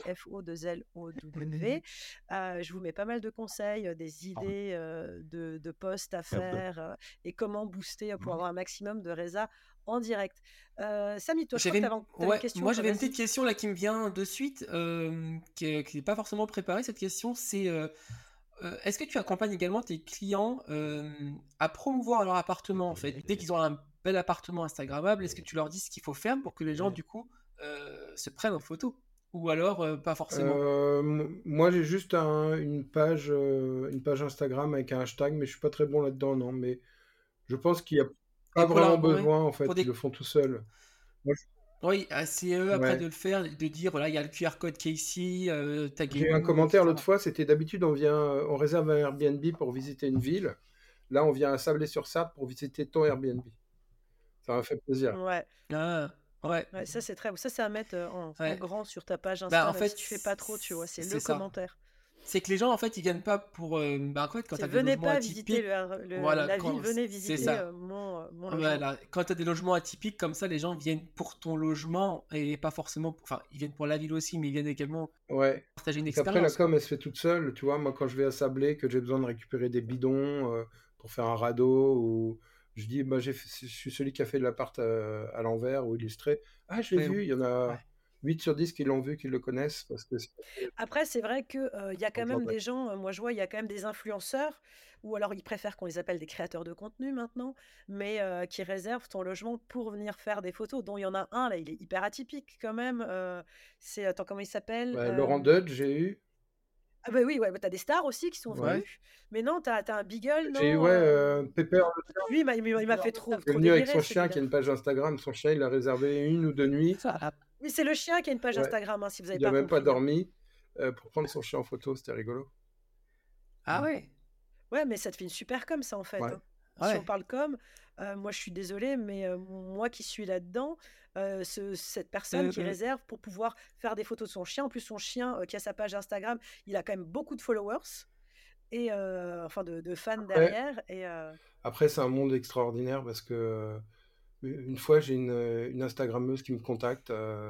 FO2LOW. Je vous mets pas mal de conseils, des idées de posts à faire et comment booster pour avoir un maximum de résa en direct. Samy, toi, je crois que tu avais une Ouais, question. moi j'avais une petite Vas-y. question là qui me vient de suite, qui n'est pas forcément préparée. Cette question, c'est est-ce que tu accompagnes également tes clients à promouvoir leur appartement en fait? Dès qu'ils ont un bel appartement Instagrammable, est-ce que tu leur dis ce qu'il faut faire pour que les gens du coup se prennent en photo? Ou alors pas forcément? Moi, j'ai juste une page Instagram avec un hashtag, mais je suis pas très bon là-dedans, non. Mais je pense qu'il n'y a pas Et pour vraiment la... ouais, besoin, en pour fait, ils le des... font tout seuls. Moi, Oui, c'est eux après de ouais. le faire, de dire voilà, il y a le QR code qui est ici, J'ai eu un taguez-nous, commentaire l'autre etc. fois, c'était d'habitude, on réserve un Airbnb pour visiter une ville. Là, on vient à Sablé-sur-Sarthe pour visiter ton Airbnb. Ça m'a fait plaisir. Ouais. Ah, ouais, Ouais, ça c'est très. Ça c'est à mettre en ouais. grand sur ta page Bah, Insta, en même fait, si tu fais pas trop, tu vois. C'est c'est le ça. commentaire. C'est que les gens, en fait, ils viennent pas pour. Bah, en fait, quand C'est tu as des venez logements pas visiter atypiques, voilà, la ville, venez c'est visiter ça. mon logement. Voilà, quand tu as des logements atypiques comme ça, les gens viennent pour ton logement et pas forcément. Enfin, ils viennent pour la ville aussi, mais ils viennent également Ouais. partager une Et qu'après, la expérience, com, quoi. elle se fait toute seule. Tu vois, moi, quand je vais à Sablé, que j'ai besoin de récupérer des bidons pour faire un radeau, ou je dis, bah, je suis celui qui a fait l'appart à l'envers ou illustré. Ah, je l'ai Ouais, vu. Il y en a ouais. 8 sur 10 qui l'ont vu, qui le connaissent, parce que Après, c'est vrai que il y a dans quand le genre même des gens. Moi, je vois, il y a quand même des influenceurs, ou alors ils préfèrent qu'on les appelle des créateurs de contenu maintenant, mais qui réservent ton logement pour venir faire des photos. Dont il y en a un là, il est hyper atypique quand même. C'est attends, comment il s'appelle? ouais, Laurent Dudge, j'ai eu. Ah bah oui, ouais, bah, tu des stars aussi qui sont Ouais. Ouais. venues. Mais non, t'as un Beagle, J'ai eu, non? ouais, Pepper, Lui, il m'a fait trop, il est trop venu avec délirer, son chien qui a celui-là. une page Instagram. Son chien, il a réservé 1 ou 2 nuits. Ah, Oui, c'est le chien qui a une page Ouais. Instagram, hein, si vous n'avez Il a pas même pas compris. Hein. dormi pour prendre son chien en photo. C'était rigolo. ah ouais. Ouais, mais ça te fait une super com, ça, en fait. Ouais. Hein. Si on Ouais. parle com, moi je suis désolée, mais moi qui suis là-dedans, cette personne Mmh qui mh. réserve pour pouvoir faire des photos de son chien, en plus son chien, qui a sa page Instagram, il a quand même beaucoup de followers et enfin de fans Après, derrière après c'est un monde extraordinaire parce que une fois, j'ai une Instagrammeuse qui me contacte,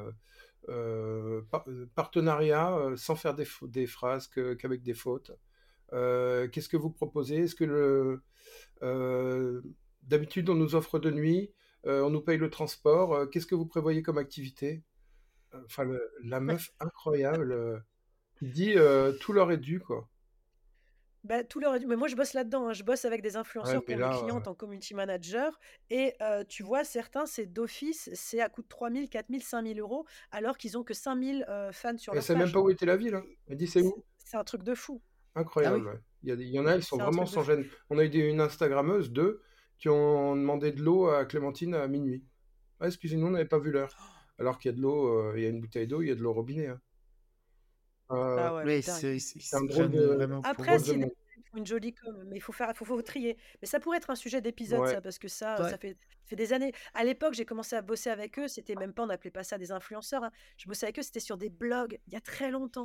partenariat, sans faire des phrases qu'avec des fautes. Qu'est-ce que vous proposez? Est-ce que d'habitude, on nous offre de nuit, on nous paye le transport, qu'est-ce que vous prévoyez comme activité? Enfin, la ouais. meuf incroyable, tu te dis, tout leur est dû, quoi. Bah, tout leur a dit mais moi je bosse là-dedans, hein. Je bosse avec des Ouais, influenceurs mais pour mes là, clients en tant que community manager et tu vois certains, c'est d'office, c'est à coût de 3 000, 4 000, 5 000 € alors qu'ils ont que 5 000 fans sur elle leur sait même pas page. où était la ville, hein. Elle dit: «C'est où?» C'est un truc de fou, Ah Incroyable, oui? ouais. Il y en a, ils sont c'est un vraiment truc de sans fou. gêne. On a eu une Instagrammeuse, 2, qui ont demandé de l'eau à Clémentine à minuit. Ah, excusez-nous, on n'avait pas vu l'heure. Alors qu'il y a de l'eau, il y a une bouteille d'eau, il y a de l'eau au robinet, hein. Euh, Ah ouais, mais Oui, dingue. ils c'est un se prennent, vraiment Après pour, drôle de si les monde. gens font une jolie com, mais il faut faire faut trier. Mais ça pourrait être un sujet d'épisode Ouais. ça, parce que ça, ouais. ça fait des années. À l'époque, j'ai commencé à bosser avec eux, c'était même pas on n'appelait pas ça des influenceurs, hein. Je bossais avec eux, c'était sur des blogs, il y a très longtemps.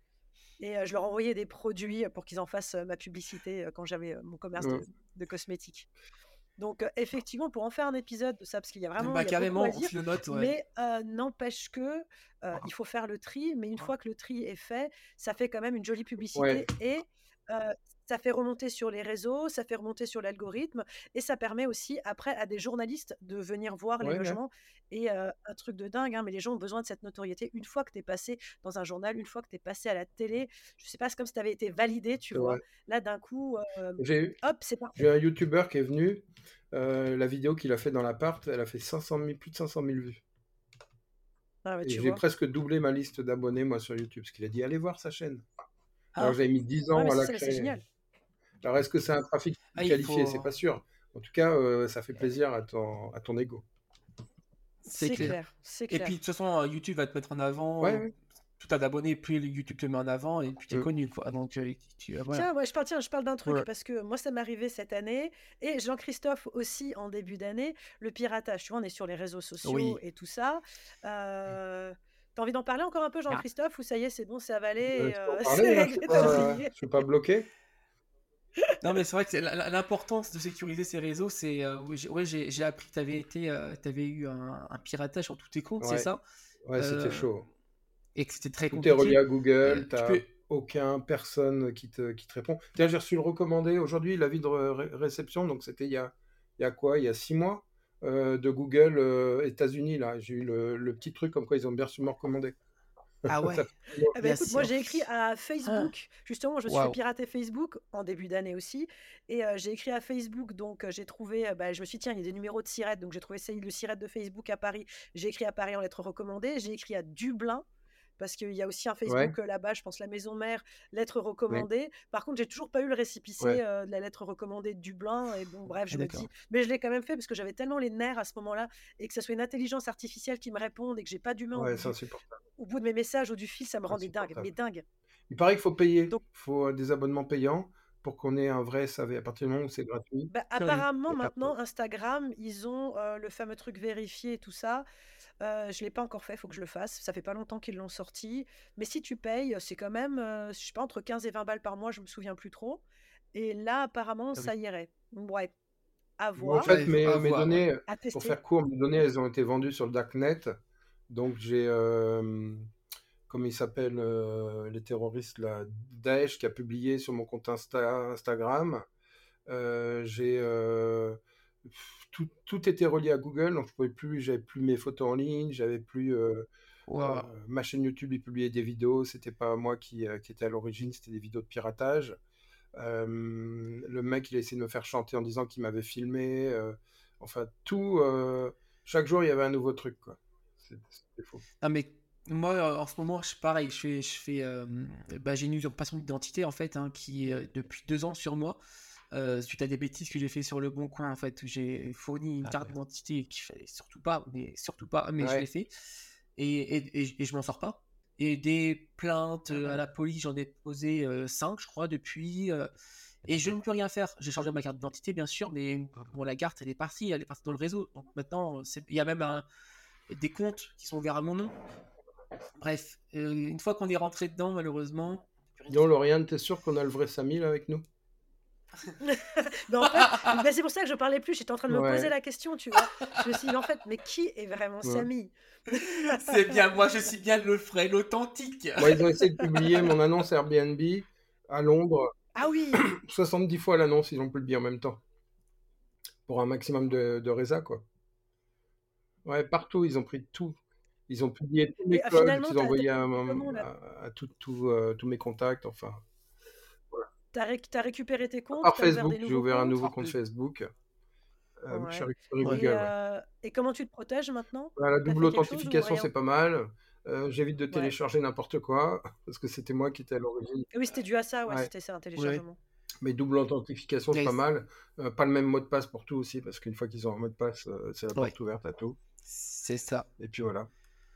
Et je leur envoyais des produits pour qu'ils en fassent ma publicité quand j'avais mon commerce Mmh. de cosmétiques. Donc, effectivement, pour en faire un épisode de ça, parce qu'il y a vraiment, Bah, il y a beaucoup à carrément, on dire, se le note, ouais. mais n'empêche que il faut faire le tri. Mais une fois que le tri est fait, ça fait quand même une jolie Ouais, publicité et euh, ça fait remonter sur les réseaux, ça fait remonter sur l'algorithme et ça permet aussi après à des journalistes de venir voir les ouais, ouais, logements. Et un truc de dingue, hein, mais les gens ont besoin de cette notoriété. Une fois que tu es passé dans un journal, une fois que tu es passé à la télé, je sais pas, c'est comme si tu avais été validé, tu c'est vrai. vois. Là, d'un coup, J'ai hop, c'est j'ai parfait. un youtubeur qui est venu, la vidéo qu'il a fait dans l'appart, elle a fait 500 000, plus de 500 000 vues. Ah, bah, Et tu j'ai vois. presque doublé ma liste d'abonnés, moi, sur YouTube, parce qu'il a dit: «Allez voir sa chaîne». Alors Ah! j'avais mis 10 Ouais, mais ans à c'est la ça, mais c'est créer. génial. Alors est-ce que c'est un trafic Ah, il qualifié? C'est faut pas sûr. En tout cas, ça fait plaisir à ton ego. c'est clair. C'est Et puis, de clair. toute façon, YouTube va te mettre en Ouais, avant, ouais. plus tu d'abonnés, plus le YouTube te met en avant et plus tu es Mmh. connu, quoi. Donc voilà. Tiens, ouais, je parle d'un truc Ouais. parce que moi, ça m'est arrivé cette année et Jean-Christophe aussi en début d'année, le piratage. Tu vois, on est sur les réseaux sociaux Oui. et tout ça. Tu envie d'en parler encore un peu, Ah. Jean-Christophe, ou ça y est, c'est bon, c'est avalé et Tu peux en c'est parler, hein, réglé, t'as oublié? je suis pas bloqué. Non, mais c'est vrai que c'est l'importance de sécuriser ces réseaux, c'est, oui, j'ai appris que tu eu un piratage sur tous tes comptes, c'est Ouais, ça? ouais, c'était Heu chaud. et que c'était très Tout est relié compliqué. à Google, Tu t'as peux aucun personne qui te répond. Tiens, j'ai reçu le recommandé aujourd'hui, l'avis de réception, donc c'était il y a quoi? Il y a 6 mois, de Google, États-Unis, là. J'ai eu le petit truc comme quoi ils ont bien reçu me recommander. ah ouais, Ça fait 6 mois. Eh il y ben, a écoute, si moi, j'ai écrit à ah! Facebook. Justement, je me suis fait Waouh! pirater Facebook en début d'année aussi. Et j'ai écrit à Facebook. Donc, j'ai trouvé, bah, je me suis dit, tiens, il y a des numéros de SIRET. Donc, j'ai trouvé le SIRET de Facebook à Paris. J'ai écrit à Paris en lettres recommandées. J'ai écrit à Dublin. Parce qu'il y a aussi un Ouais, Facebook là-bas, je pense la maison mère, lettres ouais, recommandées. Par contre, j'ai toujours pas eu le ouais, récépissé de la lettre recommandée de Dublin. Et bon, bref, Ah je me dis, d'accord. mais je l'ai quand même fait parce que j'avais tellement les nerfs à ce moment-là et que ça soit une intelligence artificielle qui me réponde et que j'ai pas d'humain ouais, c'est insupportable, au bout de mes messages ou du fil, ça me rendait dingue, mais insupportable. dingue. Il paraît qu'il faut payer. Donc, Il faut des abonnements payants pour qu'on ait un vrai SAV. À partir du moment où c'est gratuit. bah, Curieux. apparemment, Et maintenant, Instagram, ils ont le fameux truc vérifié et tout ça. Je l'ai pas encore fait, il faut que je le fasse. Ça fait pas longtemps qu'ils l'ont sorti. Mais si tu payes, c'est quand même, je sais pas, entre 15 et 20 balles par mois, je me souviens plus trop. Et là, apparemment, Ah oui. ça irait. Ouais, à Moi, en fait, voir, Ouais, à mes voir, ouais. données, à pour tester. faire court, mes données, elles ont été vendues sur le darknet. Donc, j'ai, comment il s'appelle, les terroristes, là, Daesh, qui a publié sur mon compte Instagram. J'ai, tout était relié à Google, donc je pouvais plus, j'avais plus mes photos en ligne, j'avais plus, Waouh! ma chaîne YouTube, il publiait des vidéos, c'était pas moi qui était à l'origine, c'était des vidéos de piratage. Le mec, il a essayé de me faire chanter en disant qu'il m'avait filmé. Enfin, tout. Chaque jour, il y avait un nouveau truc, quoi. C'était faux. Ah mais moi, en ce moment, pareil, bah, j'ai une usurpation d'identité, en fait, hein, qui est, depuis 2 ans sur moi, suite à des bêtises que j'ai fait sur Le Bon Coin, en fait, où j'ai fourni une Ah carte ouais. d'identité qu'il fallait surtout pas, mais je l'ai Ouais, fait et je m'en sors pas. Et des plaintes, Ah à ouais. la police, j'en ai posé, 5, je crois, depuis, et je ne peux rien faire. J'ai changé ma carte d'identité, bien sûr, mais bon, la carte, elle est partie dans le réseau. Donc maintenant, il y a même des comptes qui sont ouverts à mon nom. Bref, une fois qu'on est rentré dedans, malheureusement, on peut plus rien Dis donc, faire. Lauriane, t'es sûr qu'on a le vrai Samy là avec nous? Mais en fait, c'est pour ça que je parlais plus. J'étais en train de me poser Ouais, la question, tu vois. Je me suis dit, mais en fait, mais qui est vraiment ouais. Samy? C'est bien, moi je suis bien le vrai, l'authentique. Moi, ils ont essayé de publier mon annonce Airbnb à Londres. Ah oui, 70 fois l'annonce, ils ont publié en même temps. Pour un maximum de résa, quoi. Ouais, partout, ils ont pris tout. Ils ont publié tous mes et codes finalement, qu'ils ont envoyés t'as fait comment là? à tous mes contacts, enfin. Voilà. T'as récupéré tes À comptes, part t'as ouvert Facebook, des j'ai nouveaux ouvert un comptes? nouveau compte Facebook. Oui, j'ai Ouais. récupéré Ouais. Google, ouais. Et comment tu te protèges maintenant? Bah, la T'as double fait quelque chose ou authentification, rien? c'est pas mal. J'évite de Ouais. télécharger n'importe quoi, parce que c'était moi qui étais à l'origine. Et oui, c'était dû à ça, ouais, Ouais. c'était ça, un Ouais. téléchargement. Mais double authentification, c'est pas Yes. mal. Pas le même mot de passe pour tout aussi, parce qu'une fois qu'ils ont un mot de passe, c'est la Ouais, porte ouverte à tout. c'est ça. Et puis voilà.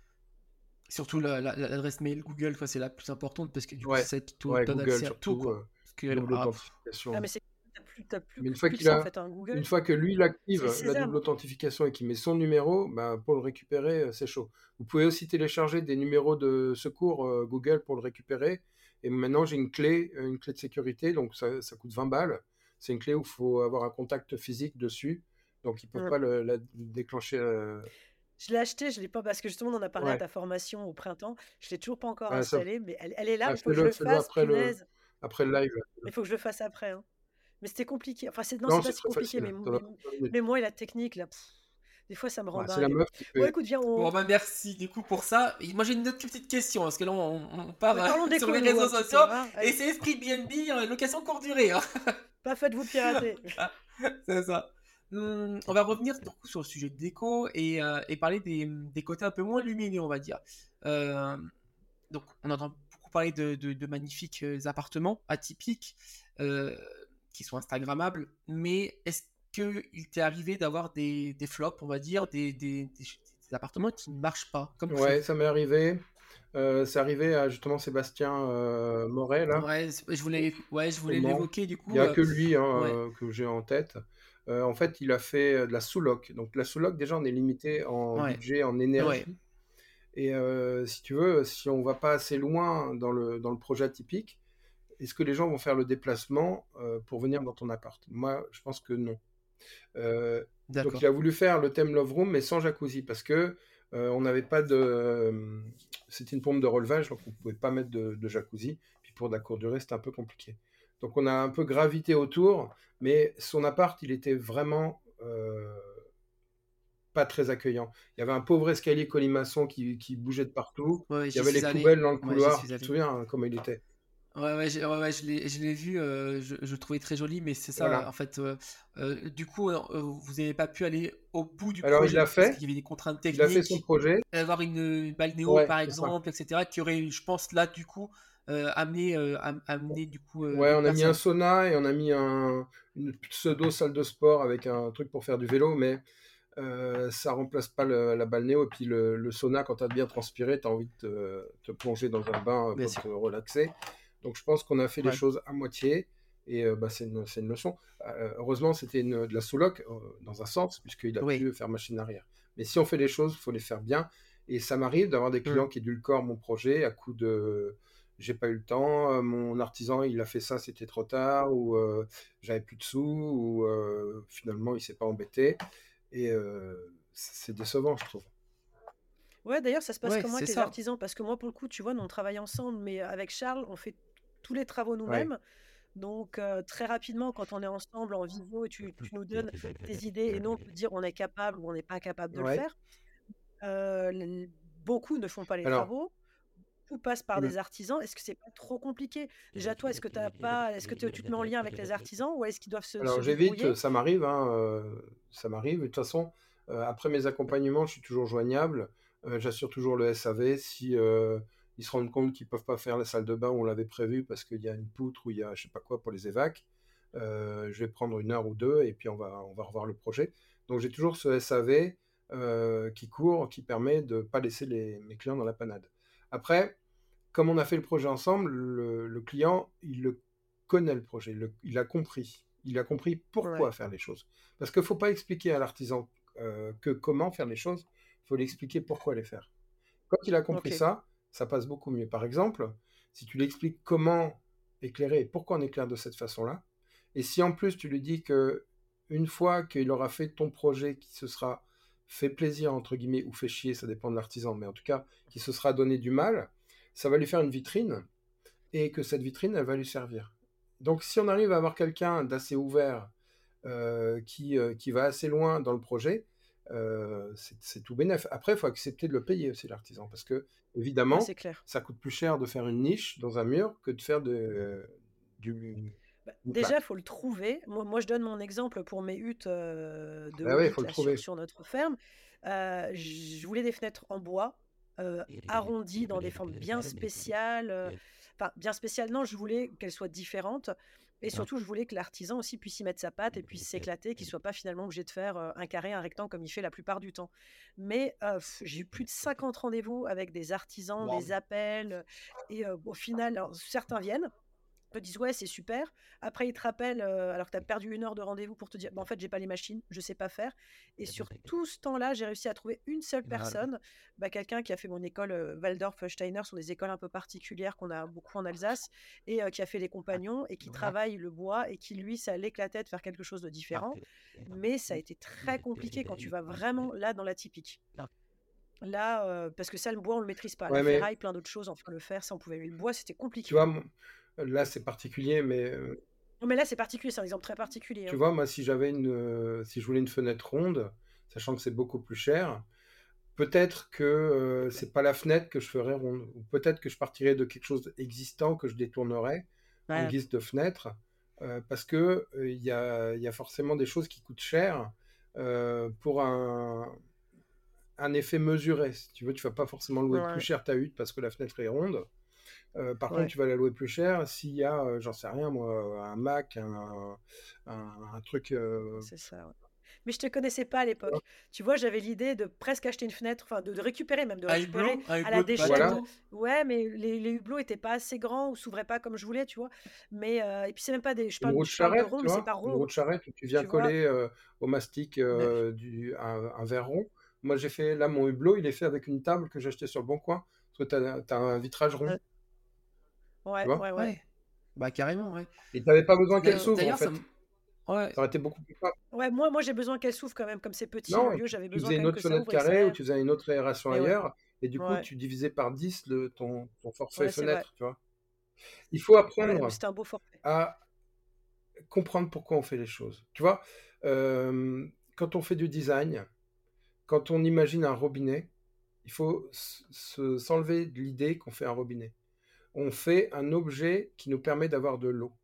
Surtout l'adresse mail Google, quoi, c'est la plus importante parce que du coup, c'est Ouais, celle qui te ouais, donne Google accès à tout, surtout, quoi. Parce que, double Ah, authentification. mais t'as plus, Mais une fois plus que qu'il ça en a, fait, hein. une Google, fois que lui, il active c'est le la double sésame. authentification et qu'il met son numéro, bah, pour le récupérer, c'est chaud. Vous pouvez aussi télécharger des numéros de secours Google pour le récupérer. Et maintenant, j'ai une clé de sécurité, donc ça coûte 20 balles. C'est une clé où il faut avoir un contact physique dessus, donc ils ne peuvent Mm. pas la déclencher. Je l'ai acheté, je l'ai pas parce que justement on en a parlé à Ouais, ta formation au printemps. Je l'ai toujours pas encore ouais, installée, mais elle est là. ouais, Il faut que je le fais-le fasse, punaise. après le live. Mais il faut que je le fasse après, hein. Mais c'était compliqué. Enfin, non, Non, c'est pas c'est si très compliqué, facile. T'en as pour 5 minutes. mais moi et la technique là, des fois ça me rend Ouais, c'est la dingue. meuf qui Bon, fait. écoute, viens, Bon, bah merci du coup pour ça. Et moi j'ai une autre petite question, parce que là on part parlons sur d'éco les nous réseaux un petit sociaux, peu, hein. et Allez, c'est esprit BNB, location courte durée, hein. pas faites-vous pirater. C'est ça. On va revenir du coup sur le sujet de déco et parler des côtés un peu moins lumineux, on va dire. Euh, donc, on entend beaucoup parler de magnifiques appartements atypiques euh, qui sont Instagrammables, mais est-ce qu'il t'est arrivé d'avoir des flops, on va dire, des appartements qui ne marchent pas, comme Ouais, prévu? ça m'est arrivé. C'est arrivé à justement Sébastien Moret, là, Ouais, je au voulais Mans. l'évoquer du Il n'y coup. a que lui hein, Ouais, que j'ai en tête. En fait, il a fait de la sous-loc. Donc, la sous-loc, déjà, on est limité en ouais, budget, en ouais, énergie. Et si tu veux, si on va pas assez loin dans le projet atypique, est-ce que les gens vont faire le déplacement pour venir dans ton appart? Moi, je pense que non. Donc il d'accord. a voulu faire le thème Love Room, mais sans jacuzzi, parce que on n'avait pas de. C'était une pompe de relevage, donc on ne pouvait pas mettre de jacuzzi. Puis pour de la courte durée, c'était un peu compliqué. Donc on a un peu gravité autour, mais son appart, il était vraiment pas très accueillant. Il y avait un pauvre escalier colimaçon qui bougeait de partout. Ouais, Il y j'y avait les suis allé. poubelles dans le Ouais, j'y couloir. suis Tu te allé. souviens hein, comment il était? Ouais, je l'ai vu, je le trouvais très joli, mais c'est ça, Voilà. en fait. Du coup, vous n'avez pas pu aller au bout du Alors il l'a projet parce fait. qu'il y avait des contraintes Il a fait son techniques, projet. avoir une balnéo Ouais, par c'est ça. exemple, etc., qui aurait, je pense, là, du coup, amené du coup Ouais, d'autres on a mis un personnes. sauna et on a mis une pseudo salle de sport avec un truc pour faire du vélo, mais ça remplace pas la balnéo. Et puis le sauna, quand tu as bien transpiré, tu as envie de te plonger dans un bain Bien pour sûr. te relaxer. Donc je pense qu'on a fait les Ouais. choses à moitié et bah, c'est une leçon. Heureusement, c'était de la sous-loc dans un sens, puisqu'il a Oui. pu faire machine arrière. Mais si on fait les choses, il faut les faire bien. Et ça m'arrive d'avoir des Hmm. clients qui édulcorent mon projet à coup de j'ai pas eu le temps, mon artisan il a fait ça, c'était trop tard, ou j'avais plus de sous, ou finalement il s'est pas embêté. Et c'est décevant, je trouve. Ouais, d'ailleurs, ça se passe Ouais, comment c'est avec les ça. artisans? Parce que moi, pour le coup, tu vois, nous on travaille ensemble, mais avec Charles, on fait tous les travaux Ouais. nous-mêmes. Donc, très rapidement, quand on est ensemble en visio et tu nous donnes tes idées et nous, on peut dire on est capable ou on n'est pas capable de le Ouais. faire. Beaucoup ne font pas les Alors, travaux. Tout passe par le- des artisans. Est-ce que c'est pas trop compliqué? Déjà, toi, est-ce que tu te mets en lien avec les artisans ou est-ce qu'ils doivent se alors j'évite, débrouiller? ça m'arrive, hein, ça m'arrive. De toute façon, après mes accompagnements, je suis toujours joignable. J'assure toujours le SAV. Si ils se rendent compte qu'ils peuvent pas faire la salle de bain où on l'avait prévu parce qu'il y a une poutre ou il y a je sais pas quoi pour les évacs, je vais prendre une heure ou deux et puis on va revoir le projet. Donc j'ai toujours ce SAV qui court, qui permet de pas laisser mes clients dans la panade. Après, comme on a fait le projet ensemble, le client, il le connaît le projet, il a compris. Il a compris pourquoi Ouais. faire les choses. Parce qu'il ne faut pas expliquer à l'artisan que comment faire les choses, il faut lui expliquer pourquoi les faire. Quand il a compris Ok. ça passe beaucoup mieux. Par exemple, si tu lui expliques comment éclairer et pourquoi on éclaire de cette façon-là, et si en plus tu lui dis que une fois qu'il aura fait ton projet, qui se sera fait plaisir, entre guillemets, ou fait chier, ça dépend de l'artisan, mais en tout cas, qui se sera donné du mal, ça va lui faire une vitrine, et que cette vitrine, elle va lui servir. Donc si on arrive à avoir quelqu'un d'assez ouvert, qui va assez loin dans le projet, c'est tout bénef. Après, il faut accepter de le payer aussi, l'artisan, parce que, Ouais, évidemment, c'est clair. ça coûte plus cher de faire une niche dans un mur que de faire Bah, une déjà, il plaque. faut le trouver. Moi, je donne mon exemple pour mes huttes de Ah ouais, il faut hobbit le là, trouver. sur notre ferme. Je voulais des fenêtres en bois, arrondies dans des formes bien spéciales. Enfin, bien spéciales, non, je voulais qu'elles soient différentes. Et surtout, je voulais que l'artisan aussi puisse y mettre sa patte et puisse s'éclater, qu'il ne soit pas finalement obligé de faire un carré, un rectangle comme il fait la plupart du temps. Mais j'ai eu plus de 50 rendez-vous avec des artisans, des appels. Et au final, alors, certains viennent te disent ouais c'est super. Après ils te rappellent alors que tu as perdu 1 heure de rendez-vous pour te dire bah, en fait j'ai pas les machines, je sais pas faire. Et sur tout ce temps-là, j'ai réussi à trouver une seule personne, bah, quelqu'un qui a fait mon école Waldorf Steiner, sont des écoles un peu particulières qu'on a beaucoup en Alsace, et qui a fait les compagnons et qui travaille le bois et qui lui ça l'éclatait de faire quelque chose de différent. Mais ça a été très compliqué quand tu vas vraiment là dans l'atypique. Là, parce que ça, le bois, on le maîtrise pas. La Ouais, mais ferraille, plein d'autres choses, enfin le fer, ça on pouvait. Mais le bois, c'était tu compliqué. vois, là, c'est particulier, mais Non, mais là, c'est particulier, c'est un exemple très particulier, tu hein. vois, moi, si je voulais une fenêtre ronde, sachant que c'est beaucoup plus cher, peut-être que c'est pas la fenêtre que je ferais ronde, ou peut-être que je partirais de quelque chose existant que je détournerais en Ouais, guise de fenêtre, parce que il y a forcément des choses qui coûtent cher pour un effet mesuré. Si tu veux, tu vas pas forcément louer plus ouais, cher ta hutte parce que la fenêtre est ronde. Par contre, ouais, tu vas la louer plus cher s'il y a, j'en sais rien moi, un Mac, un truc. c'est ça, ouais. Mais je te connaissais pas à l'époque. Tu vois, j'avais l'idée de presque acheter une fenêtre, enfin de récupérer, même de récupérer Un à la hublot de déchettte. Voilà, bateau. Ouais, mais les hublots étaient pas assez grands ou s'ouvraient pas comme je voulais, tu vois. Mais et puis c'est même pas des, une roue de je parle de charrette, rond, tu mais c'est vois, pas une roue rond, de charrette où tu viens tu vois. coller au mastic Mais, un verre rond. Moi, j'ai fait, là, mon hublot, il est fait avec une table que j'ai achetée sur le Bon Coin, parce que tu as un vitrage rond, euh, tu ouais, vois, ouais, ouais. Ouais, bah carrément, ouais. et tu n'avais pas besoin qu'elle s'ouvre, en D'ailleurs, fait. ouais, Ça aurait été beaucoup plus simple. Ouais, moi j'ai besoin qu'elle s'ouvre quand même, comme c'est petit le Non, lieu, j'avais tu besoin faisais quand une même autre que ça fenêtre ouvre et ça carrée ou aère. tu faisais une autre aération Mais ouais, ailleurs, et du coup, ouais, tu divisais par 10 ton forfait ouais, c'est vrai. fenêtre, tu vois. Il faut Ouais, mais apprendre c'était un beau forfait. à comprendre pourquoi on fait les choses. Tu vois, quand on fait du design, quand on imagine un robinet, il faut s'enlever de l'idée qu'on fait un robinet. On fait un objet qui nous permet d'avoir de l'eau.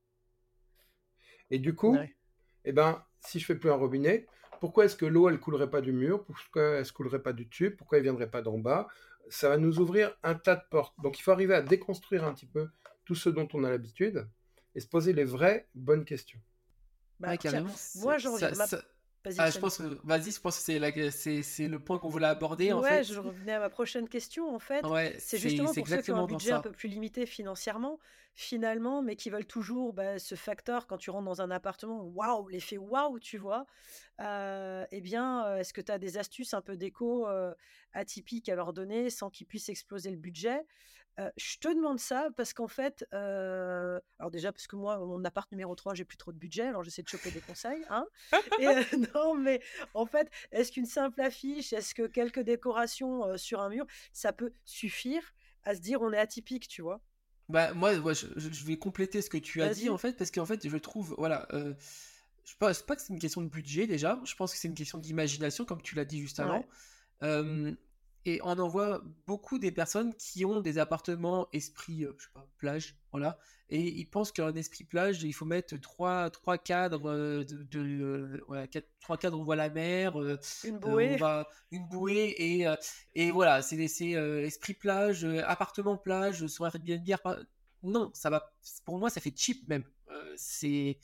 Et du coup, Ouais. eh ben, si je fais plus un robinet, pourquoi est-ce que l'eau, elle coulerait pas du mur? Pourquoi elle ne coulerait pas du tube? Pourquoi elle viendrait pas d'en bas? Ça va nous ouvrir un tas de portes. Donc il faut arriver à déconstruire un petit peu tout ce dont on a l'habitude et se poser les vraies bonnes questions. Bah ouais, tiens, carrément. moi j'en reviens. Vas-y, Ah, je vas-y. pense que, vas-y, je pense que c'est le point qu'on voulait aborder en Ouais, je fait. revenais à ma prochaine question en fait. Ouais, C'est justement c'est pour ceux qui ont un exactement dans budget un ça. peu plus limité financièrement, finalement, mais qui veulent toujours bah, ce facteur quand tu rentres dans un appartement, waouh, l'effet waouh, tu vois. Eh bien, est-ce que tu as des astuces un peu déco atypiques à leur donner sans qu'ils puissent exploser le budget? Je te demande ça parce qu'en fait, alors déjà parce que moi, mon appart numéro 3 j'ai plus trop de budget, alors j'essaie de choper des conseils, hein. Et non, mais en fait, est-ce qu'une simple affiche, est-ce que quelques décorations, sur un mur, ça peut suffire à se dire: «On est atypique», tu vois? Bah, moi, ouais, je vais compléter ce que tu as dit, en Vas-y. fait, parce qu'en fait, je trouve, voilà, je pense pas que c'est une question de budget, déjà. Je pense que c'est une question d'imagination, comme tu l'as dit juste Ouais. avant. Euh, et on en voit beaucoup des personnes qui ont des appartements esprit, je sais pas, plage, voilà. Et ils pensent qu'un esprit plage, il faut mettre trois cadres, voilà, trois cadres, on voit la mer, Une on bouée. va une bouée, et voilà, c'est esprit plage, appartement plage, sur Airbnb. Non, ça va, pour moi, ça fait cheap même. C'est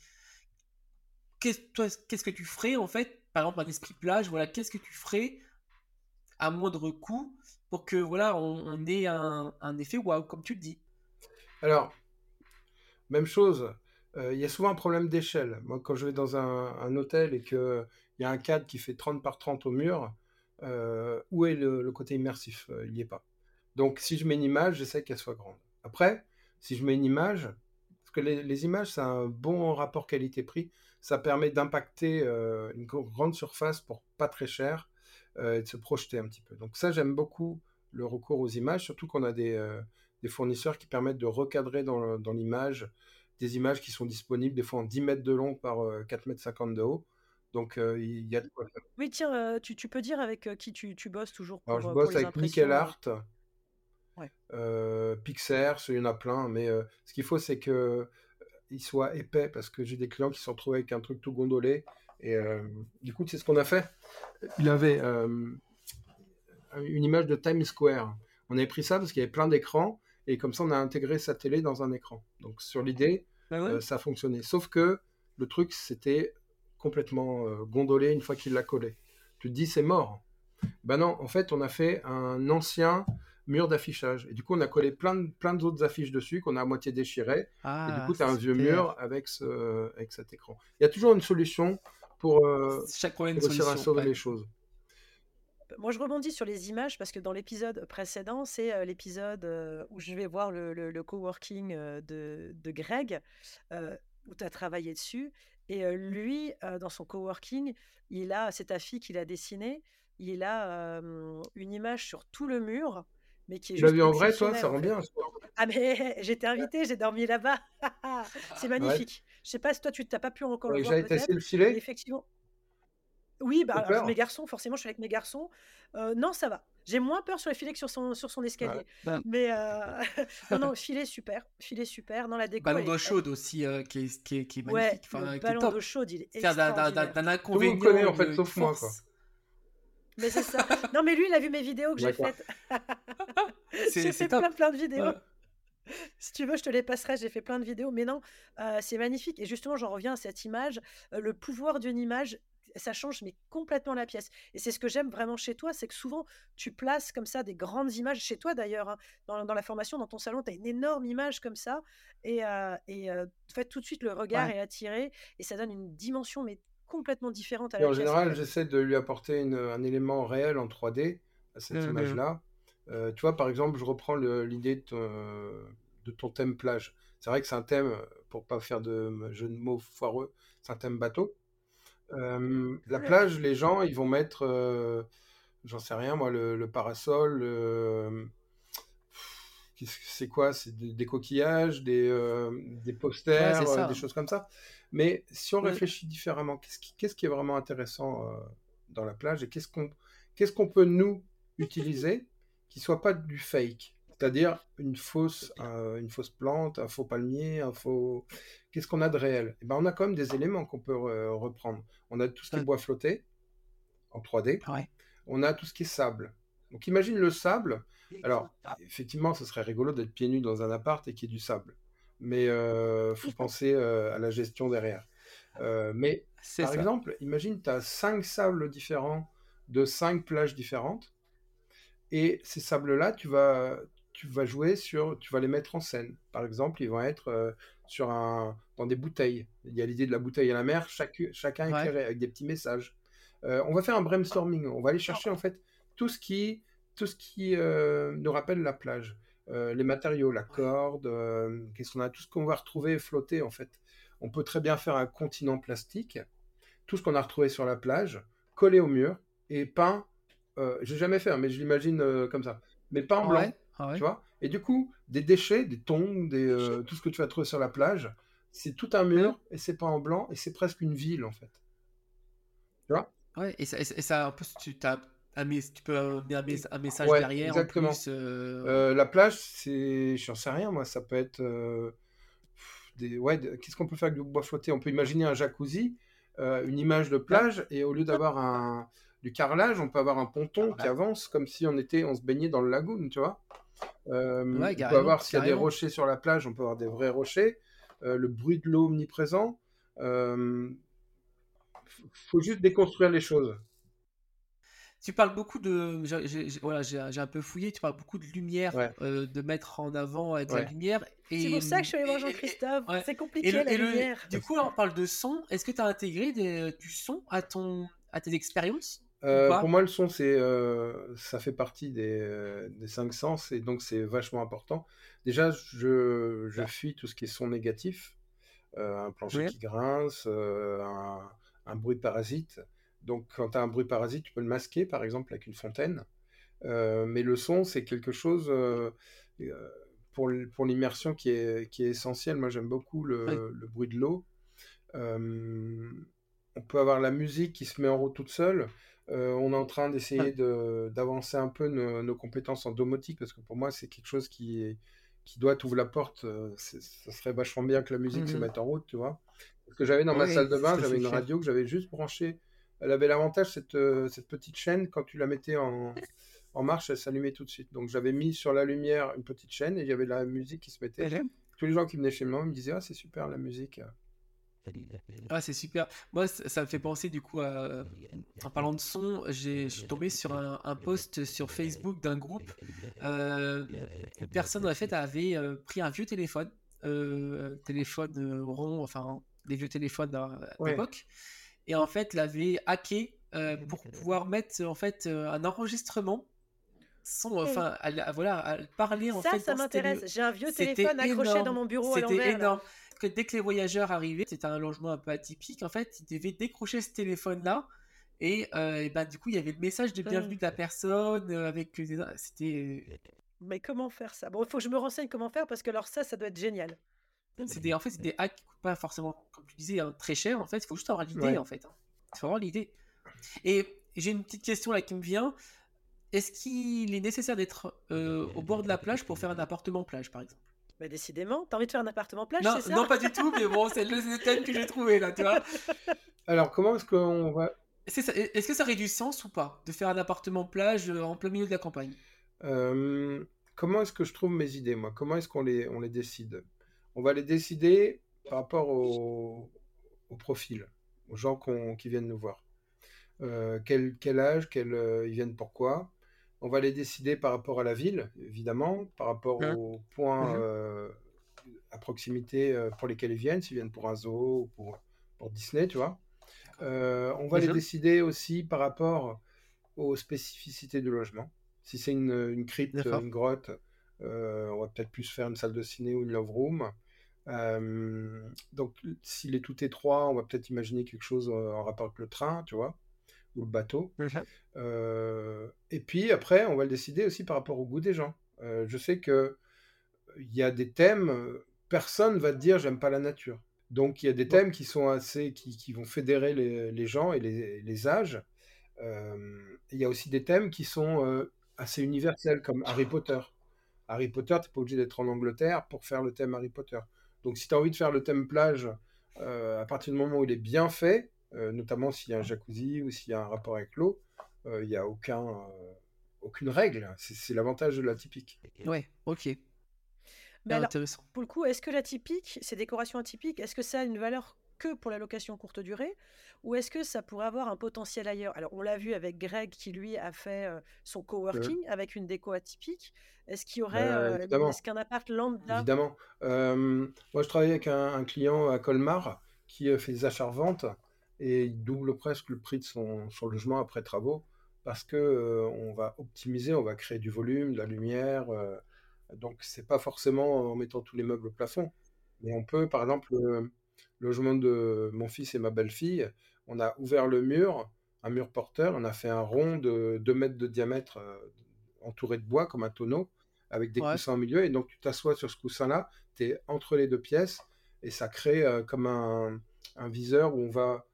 qu'est-ce que tu ferais en fait, par exemple un esprit plage, voilà, qu'est-ce que tu ferais à moindre coût pour que voilà on ait un effet waouh, comme tu le dis. Alors, même chose, Il y a souvent un problème d'échelle. Moi, quand je vais dans un hôtel et qu'il y a un cadre qui fait 30 par 30 au mur, où est le côté immersif? Il n'y est pas. Donc, si je mets une image, j'essaie qu'elle soit grande. Après, si je mets une image, parce que les images, c'est un bon rapport qualité-prix, ça permet d'impacter une grande surface pour pas très cher et de se projeter un petit peu. Donc ça, j'aime beaucoup le recours aux images, surtout qu'on a des fournisseurs qui permettent de recadrer dans l'image des images qui sont disponibles des fois en 10 mètres de long par 4 mètres 50 de haut. Donc il y a de quoi faire. Oui, tiens, tu peux dire avec qui tu bosses toujours Alors je pour bosse les avec Nickel impressions. Art, Ouais. Pixar, il y en a plein, mais ce qu'il faut c'est que il soit épais parce que j'ai des clients qui se sont retrouvés avec un truc tout gondolé et du coup c'est ce qu'on a fait. Il avait une image de Times Square. On avait pris ça parce qu'il y avait plein d'écrans et comme ça on a intégré sa télé dans un écran. Donc sur l'idée, Bah ouais. ça fonctionnait. Sauf que le truc c'était complètement gondolé une fois qu'il l'a collé. Tu te dis c'est mort. Ben non, en fait on a fait un ancien mur d'affichage. Et du coup on a collé plein d'autres affiches dessus qu'on a à moitié déchirées. Et du Ah, coup tu as un vieux mur super. avec cet écran. Il y a toujours une solution pour Chaque problème, une réussir à solution. sauver Ouais. les choses. Moi, je rebondis sur les images parce que dans l'épisode précédent, c'est l'épisode où je vais voir le coworking de Greg, où tu as travaillé dessus. Et lui, dans son coworking, c'est ta fille qui l'a dessiné, il a une image sur tout le mur, mais qui est Tu l'as juste vu en vrai toi? Ça exceptionnelle en rend fait. bien. Ah mais j'étais invitée, j'ai dormi là-bas. C'est Ouais. magnifique. Je sais pas si toi tu t'as pas pu encore le Ouais, voir j'avais testé peut-être, le mais filet. effectivement, oui, bah, T'as alors mes peur? garçons, forcément, je suis avec mes garçons. Non, ça va. J'ai moins peur sur les filets que sur son Ouais. escalier. Ben, Mais non, non, filet super, filet super. Non, la déco, ballon elle d'eau est, elle chaude est... aussi, qui est Ouais, magnifique, le enfin, qui est ballon d'eau top. chaude, il est C'est-à-dire extraordinaire. d'un Tout le monde connaît inconvénient, en fait, une sauf moi quoi. force. Mais c'est ça. Non, mais lui, il a vu mes vidéos que j'ai D'accord. faites. C'est J'ai c'est fait top. plein de vidéos. Ouais. Si tu veux, je te les passerai. J'ai fait plein de vidéos. Mais non, c'est magnifique. Et justement, j'en reviens à cette image. Le pouvoir d'une image, ça change mais complètement la pièce. Et c'est ce que j'aime vraiment chez toi, c'est que souvent, tu places comme ça des grandes images, chez toi d'ailleurs, hein, dans la formation, dans ton salon, tu as une énorme image comme ça. En fait, tout de suite, le regard Ouais. est attiré et ça donne une dimension mais complètement différente à Et la en pièce, en général, fait. j'essaie de lui apporter un élément réel en 3D à cette Le image-là. Tu vois, par exemple, je reprends l'idée de ton thème plage. C'est vrai que c'est un thème, pour pas faire de jeu de mots foireux, c'est un thème bateau. La plage, les gens, ils vont mettre, j'en sais rien, moi, le parasol. C'est quoi? C'est des coquillages, des ouais, c'est posters, des ça. choses comme ça. Mais si on Mmh. réfléchit différemment, qu'est-ce qui est vraiment intéressant dans la plage et qu'est-ce qu'on peut nous utiliser qui soit pas du fake? C'est-à-dire une fausse plante, un faux palmier, Qu'est-ce qu'on a de réel? Eh ben, on a quand même des éléments qu'on peut reprendre. On a tout ce qui est Heu, bois flotté en 3D. ouais. On a tout ce qui est sable. Donc imagine le sable. Alors, effectivement, ce serait rigolo d'être pieds nus dans un appart et qu'il y ait du sable. Mais faut penser à la gestion derrière. Mais C'est par ça. exemple, imagine tu as 5 sables différents de 5 plages différentes. Et ces sables-là, tu vas les mettre en scène. Par exemple, ils vont être dans des bouteilles. Il y a l'idée de la bouteille à la mer, chacun Ouais. éclairé avec des petits messages. On va faire un brainstorming. On va aller chercher en fait tout ce qui, tout ce qui nous rappelle la plage. Les matériaux, la corde, qu'est-ce qu'on a, tout ce qu'on va retrouver flotter en fait. On peut très bien faire un continent plastique, tout ce qu'on a retrouvé sur la plage, collé au mur et peint. J'ai jamais fait, hein, mais je l'imagine comme ça. Mais pas en Ouais, blanc, ouais. tu vois. Et du coup, des déchets, des tongs, tout ce que tu vas trouver sur la plage, c'est tout un Mmh. mur et c'est pas en blanc et c'est presque une ville en fait. Tu vois. Ouais, et ça en plus tu peux mettre un message Ouais, derrière en exactement. plus, La plage, j'en sais rien moi, ça peut être qu'est-ce qu'on peut faire avec du bois flotté? On peut imaginer un jacuzzi, une image de hein? plage, et au lieu d'avoir du carrelage, on peut avoir un ponton qui avance comme si on se baignait dans le lagoon, tu vois. Ouais, On peut carrément, avoir, s'il y a des carrément. rochers sur la plage, on peut avoir des vrais rochers, le bruit de l'eau omniprésent. Faut juste déconstruire les choses. Tu parles beaucoup de, voilà, j'ai un peu fouillé. Tu parles beaucoup de lumière, Ouais, de mettre en avant de la ouais. lumière C'est pour ça que je suis allée voir Jean-Christophe. ouais. C'est Et compliqué, la lumière. du coup, là, on parle de son. Est-ce que tu as intégré du son à tes expériences ou Pour pas? moi, le son, ça fait partie des 5 sens et donc c'est vachement important. Déjà, je Super. fuis tout ce qui est son négatif, un plancher Ouais. qui grince, un bruit parasite. Donc quand tu as un bruit parasite, tu peux le masquer, par exemple, avec une fontaine. Mais le son, c'est quelque chose, heu, pour l'immersion qui est essentiel. Moi, j'aime beaucoup Ouais. le bruit de l'eau. On peut avoir la musique qui se met en route toute seule. On est en train Ouais. d'essayer d'avancer un peu nos compétences en domotique parce que pour moi, c'est quelque chose qui doit t'ouvrir la porte. Ça serait vachement bien que la musique se Mhm. mette en route, tu vois. Parce que j'avais dans ma salle Oui, de bain, ça j'avais c'est une clair. radio que j'avais juste branchée. Elle avait l'avantage, cette petite chaîne, quand tu la mettais en marche, elle s'allumait tout de suite. Donc j'avais mis sur la lumière une petite chaîne et il y avait la musique qui se mettait. Mhm. Tous les gens qui venaient chez moi me disaient: Ah, c'est super la musique. Ah, c'est super. Moi, ça me fait penser du coup en parlant de son, je suis tombé sur un post sur Facebook d'un groupe. Euh, une personne en fait avait pris un vieux téléphone rond, enfin des vieux téléphones Ouais. d'époque, et en fait l'avait hacké pour pouvoir mettre en fait un enregistrement sans, Hey, enfin, voilà, à parler en fait ça dans ce télé. m'intéresse. J'ai un vieux C'était téléphone accroché dans énorme, mon bureau à c'était l'envers, là. énorme. Que dès que les voyageurs arrivaient, c'était un logement un peu atypique. En fait, ils devaient décrocher ce téléphone-là. Et ben, du coup, il y avait le message de bienvenue Hum. de la personne avec Mais comment faire ça? Bon, il faut que je me renseigne comment faire parce que alors ça doit être génial. en fait, c'est des hacks qui coûtent pas forcément, comme tu disais, hein, très cher. En fait, il faut juste avoir l'idée, Ouais. en fait, hein. Il faut avoir l'idée. Et j'ai une petite question là qui me vient. Est-ce qu'il est nécessaire d'être au bord de la plage pour faire un appartement plage, par exemple? Mais décidément, t'as envie de faire un appartement plage, Non, c'est ça? non, pas du tout, mais bon, c'est le thème que j'ai trouvé là, tu vois. Alors, comment est-ce qu'on va... Est-ce que ça aurait du sens ou pas de faire un appartement plage en plein milieu de la campagne? euh, comment est-ce que je trouve mes idées, moi? Comment est-ce qu'on les décide? On va les décider par rapport au profil, aux gens qui viennent nous voir. Quel âge, ils viennent pourquoi. On va les décider par rapport à la ville, évidemment, par rapport Hein. aux points Mhm. à proximité pour lesquels ils viennent, s'ils viennent pour un zoo ou pour Disney, tu vois. On va les Mhm. décider aussi par rapport aux spécificités du logement. Si c'est une crypte, D'accord. une grotte, on va peut-être plus faire une salle de ciné ou une love room. Donc, s'il est tout étroit, on va peut-être imaginer quelque chose en rapport avec le train, tu vois, ou le bateau. Mhm. Et puis après, on va le décider aussi par rapport au goût des gens. Je sais que il y a des thèmes, personne va te dire j'aime pas la nature. Donc il y a des Bon. thèmes qui sont qui vont fédérer les gens et les âges. Il y a aussi des thèmes qui sont assez universels, comme Harry Potter. Harry Potter, tu n'es pas obligé d'être en Angleterre pour faire le thème Harry Potter. Donc si tu as envie de faire le thème plage, à partir du moment où il est bien fait, notamment s'il y a un jacuzzi ou s'il y a un rapport avec l'eau, il n'y a aucune règle. C'est l'avantage de l'atypique. Ouais, ok. Mais Ah, alors, intéressant. pour le coup, est-ce que l'atypique, ces décorations atypiques, est-ce que ça a une valeur que pour la location courte durée ou est-ce que ça pourrait avoir un potentiel ailleurs? Alors, on l'a vu avec Greg qui, lui, a fait son Euh, coworking avec une déco atypique. Est-ce qu'il y aurait, est-ce Évidemment. qu'un appart lambda... Évidemment. Moi, je travaille avec un client à Colmar qui fait des achats-reventes et il double presque le prix de son logement après travaux parce que on va optimiser, on va créer du volume, de la lumière. Donc, c'est pas forcément en mettant tous les meubles au plafond, mais on peut, par exemple, le logement de mon fils et ma belle-fille, on a ouvert le mur, un mur porteur, on a fait un rond de 2 mètres de diamètre entouré de bois comme un tonneau avec des Ouais. coussins au milieu. Et donc, tu t'assois sur ce coussin-là, tu es entre les deux pièces et ça crée comme un viseur où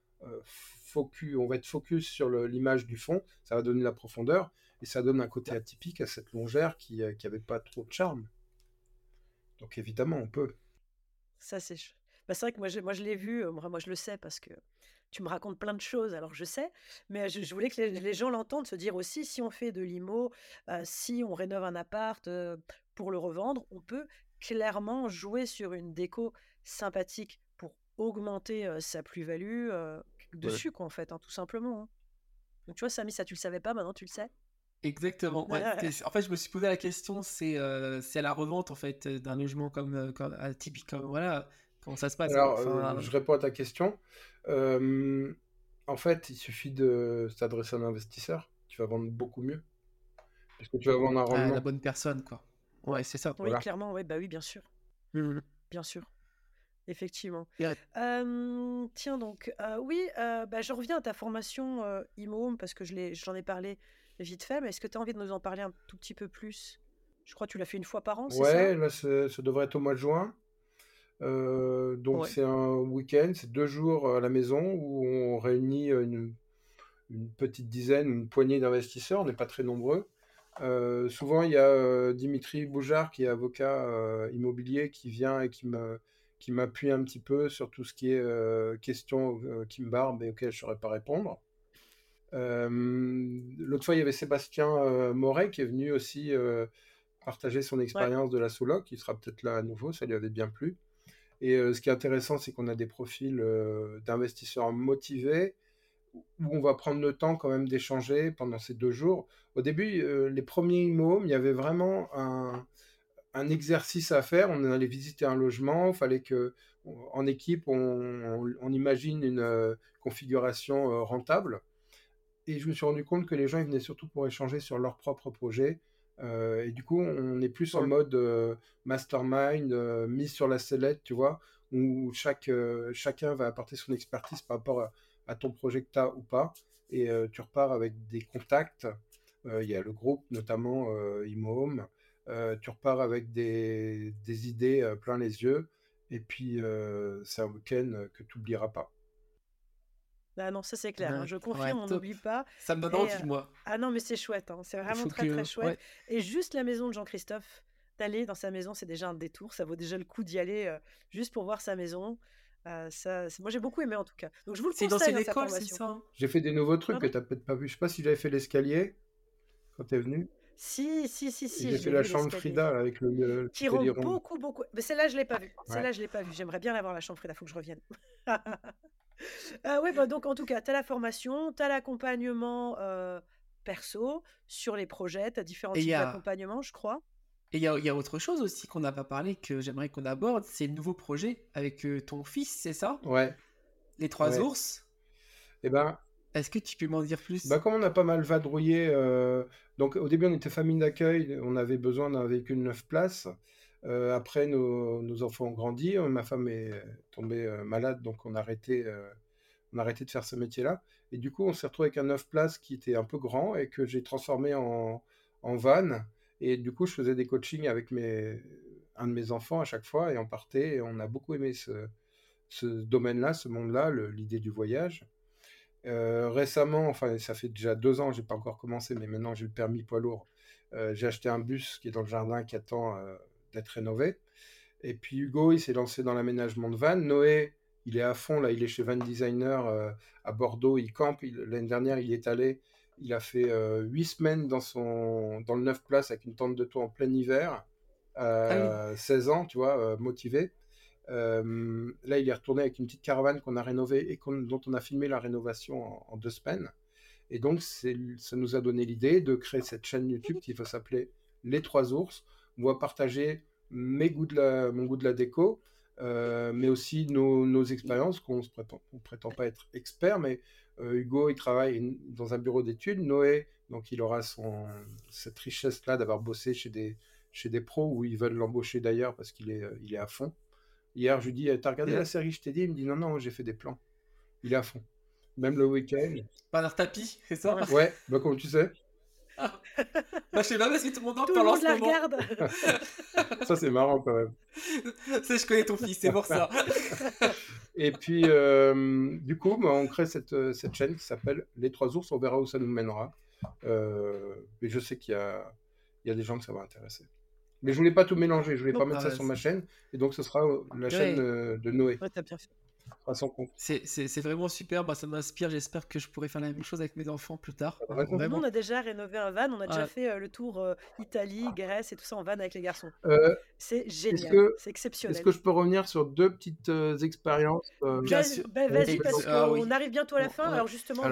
on va être focus sur l'image du fond. Ça va donner de la profondeur et ça donne un côté atypique à cette longère qui avait pas trop de charme. Donc, évidemment, on peut. Ça, bah, c'est vrai que moi, je l'ai vu, moi, je le sais parce que tu me racontes plein de choses, alors je sais, mais je voulais que les gens l'entendent, se dire aussi, si on fait de l'IMO, si on rénove un appart pour le revendre, on peut clairement jouer sur une déco sympathique pour augmenter sa plus-value Ouais. dessus, quoi, en fait, hein, tout simplement, hein. Donc, tu vois, Samy, ça, tu le savais pas, maintenant, tu le sais. Exactement. Ouais. En fait, je me suis posé la question, c'est à la revente en fait d'un logement comme atypique, comme voilà, comment ça se passe quoi. Alors, Enfin, je réponds à ta question. Euh, En fait, il suffit de s'adresser à un investisseur. Tu vas vendre beaucoup mieux. Parce que tu vas vendre un la rendement. bonne personne quoi. Ouais, c'est ça. Oui, Voilà. clairement, oui, bah oui, bien sûr. Mhm. Bien sûr. Effectivement. Et, Tiens donc, oui, bah, je reviens à ta formation IMO parce que j'en ai parlé vite fait, mais est-ce que tu as envie de nous en parler un tout petit peu plus? Je crois que tu l'as fait une fois par an, c'est ça? Ouais, là, ça devrait être au mois de juin. Donc, Ouais. c'est un week-end, c'est 2 jours à la maison où on réunit une petite dizaine, une poignée d'investisseurs. On n'est pas très nombreux. Souvent, il y a Dimitri Boujard, qui est avocat immobilier, qui vient et qui m'appuie un petit peu sur tout ce qui est questions qui me barbent et auxquelles je ne saurais pas répondre. L'autre fois, il y avait Sébastien Moret qui est venu aussi partager son Ouais. expérience de la sous-loc. Il sera peut-être là à nouveau, ça lui avait bien plu. Et ce qui est intéressant, c'est qu'on a des profils d'investisseurs motivés où on va prendre le temps quand même d'échanger pendant ces 2 jours. Au début, les premiers IMO, il y avait vraiment un exercice à faire. On allait visiter un logement, il fallait que, en équipe, on imagine une configuration rentable. Et je me suis rendu compte que les gens ils venaient surtout pour échanger sur leur propre projet. Et du coup, on est plus en Mm. mode mastermind, mise sur la sellette, tu vois, où chacun va apporter son expertise par rapport à ton projet que tu as ou pas. Et tu repars avec des contacts. Il y a le groupe, notamment ImoHome. Tu repars avec des idées plein les yeux. Et puis, c'est un week-end que tu n'oublieras pas. Ah non, ça c'est clair, hein, je ouais, confirme, on top. n'oublie pas. Ça me donne Et envie moi. ah non, mais c'est chouette, hein, c'est Il vraiment faut très très que chouette. ouais. Et juste la maison de Jean-Christophe, d'aller dans sa maison, c'est déjà un détour, ça vaut déjà le coup d'y aller juste pour voir sa maison. Moi j'ai beaucoup aimé en tout cas. Donc je vous le C'est une conseille, ancienne hein, sa école, c'est formation. ça? Hein. J'ai fait des nouveaux trucs que Pardon? tu n'as peut-être pas vu. Je sais pas si j'avais fait l'escalier quand tu es venu. Si, si, si, Et si, j'ai je fait l'ai la vu chambre l'escalier. Frida là, avec le Qui petit rend aileron. beaucoup, beaucoup. Mais celle-là, je l'ai pas vue. Ouais. Celle-là, je l'ai pas vue. J'aimerais bien la voir, la chambre Frida, faut que je revienne. Ouais, bah, donc en tout cas, tu as la formation, tu as l'accompagnement perso sur les projets, tu as différents Et il y types a d'accompagnement, je crois. il y a autre chose aussi qu'on n'a pas parlé que j'aimerais qu'on aborde, c'est le nouveau projet avec ton fils, c'est ça? Ouais, Les trois ouais. ours. Et ben, Est-ce que tu peux m'en dire bah, plus? comme on a pas mal vadrouillé, donc au début on était famille d'accueil, on avait besoin d'un véhicule 9 places. Après nos enfants ont grandi, ma femme est tombée malade, donc on a arrêté de faire ce métier-là. Et du coup, on s'est retrouvé avec un 9 places qui était un peu grand et que j'ai transformé en van. Et du coup, je faisais des coachings avec un de mes enfants à chaque fois et on partait. Et on a beaucoup aimé ce domaine-là, ce monde-là, l'idée du voyage. Récemment, enfin, ça fait déjà 2 ans, j'ai pas encore commencé, mais maintenant j'ai le permis poids lourd. J'ai acheté un bus qui est dans le jardin qui attend d'être rénové. Et puis Hugo, il s'est lancé dans l'aménagement de van. Noé, il est à fond, là, il est chez Van Designer à Bordeaux, il campe. L'année dernière, il y est allé. Il a fait 8 semaines dans le 9 places avec une tente de toit en plein hiver. Ah oui. 16 ans, tu vois, motivé. Là, il est retourné avec une petite caravane qu'on a rénovée et dont on a filmé la rénovation en 2 semaines. Et donc, ça nous a donné l'idée de créer cette chaîne YouTube qui va s'appeler Les Trois Ours. On va partager mon goût de la déco, mais aussi nos expériences, on prétend pas être expert, mais Hugo, il travaille dans un bureau d'études. Noé, donc il aura cette richesse-là d'avoir bossé chez des pros où ils veulent l'embaucher d'ailleurs parce il est à fond. Hier, je lui dis, t'as regardé la série, je t'ai dit? Il me dit, non, non, j'ai fait des plans. Il est à fond. Même le week-end. Par leur tapis, c'est ça? Ouais. Ouais, bah comme tu sais. Ah. Bah, je sais pas parce que tout le monde en Tout le parle en monde ce la moment. regarde. Ça, c'est marrant quand même. C'est, je connais ton fils, c'est pour ça. Et puis, du coup, bah, on crée cette chaîne qui s'appelle Les Trois Ours. On verra où ça nous mènera. Mais je sais il y a des gens que ça va intéresser. Mais je voulais pas tout mélanger. Je voulais pas Donc, mettre ça Ah, sur ma chaîne. Et donc, ce sera la chaîne ouais, de Noé. ouais, t'as bien fait. À son compte. c'est vraiment super. Bah, ça m'inspire. J'espère que je pourrai faire la même chose avec mes enfants plus tard. T'as Hein, raison. Nous, on vraiment. a déjà rénové un van, on a déjà Ah, fait le tour Italie, Grèce et tout ça en van avec les garçons. Euh, C'est est-ce génial, que, c'est est-ce exceptionnel. que je peux revenir sur 2 petites expériences bien sûr. Vas-y, parce Ah qu'on oui. arrive bientôt à la fin, Ouais. alors justement, Alors, vas-y.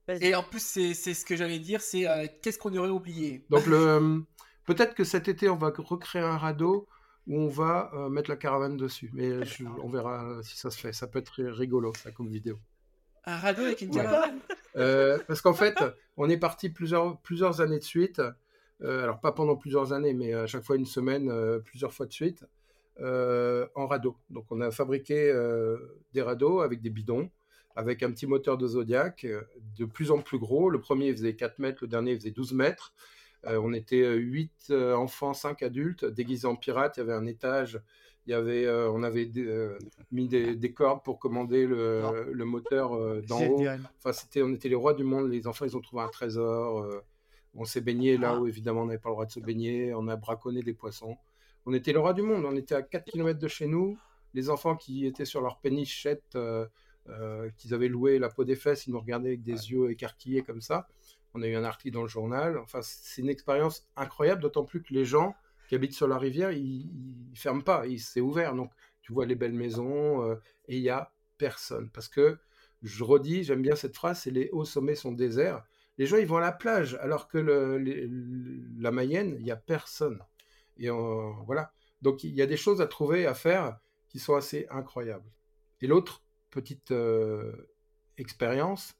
Et Vas-y. en plus, c'est ce que j'allais dire, c'est qu'est-ce qu'on aurait oublié? Donc, peut-être que cet été, on va recréer un radeau où on va mettre la caravane dessus. Mais on verra si ça se fait. Ça peut être rigolo, ça, comme vidéo. Un radeau avec une Ou Ouais. pas. caravane? Parce qu'en fait, on est parti plusieurs années de suite. Alors, pas pendant plusieurs années, mais à chaque fois une semaine, plusieurs fois de suite, en radeau. Donc, on a fabriqué des radeaux avec des bidons, avec un petit moteur de Zodiac, de plus en plus gros. Le premier faisait 4 mètres, le dernier faisait 12 mètres. On était 8 enfants, 5 adultes, déguisés en pirates. Il y avait un étage. On avait mis des cordes pour commander Non. le moteur d'en haut. Génial. Enfin, on était les rois du monde. Les enfants, ils ont trouvé un trésor. On s'est baigné là Ah. où, évidemment, on n'avait pas le droit de se baigner. On a braconné des poissons. On était les rois du monde. On était à 4 km de chez nous. Les enfants qui étaient sur leur pénichette, qu'ils avaient loué la peau des fesses, ils nous regardaient avec des yeux écarquillés comme ça. On a eu un article dans le journal. Enfin, c'est une expérience incroyable, d'autant plus que les gens qui habitent sur la rivière, ils ferment pas, c'est ouvert. Donc, tu vois les belles maisons et il y a personne. Parce que, je redis, j'aime bien cette phrase, c'est les hauts sommets sont déserts. Les gens, ils vont à la plage, alors que la Mayenne, il y a personne. Et voilà. Donc, il y a des choses à trouver, à faire, qui sont assez incroyables. Et l'autre petite expérience,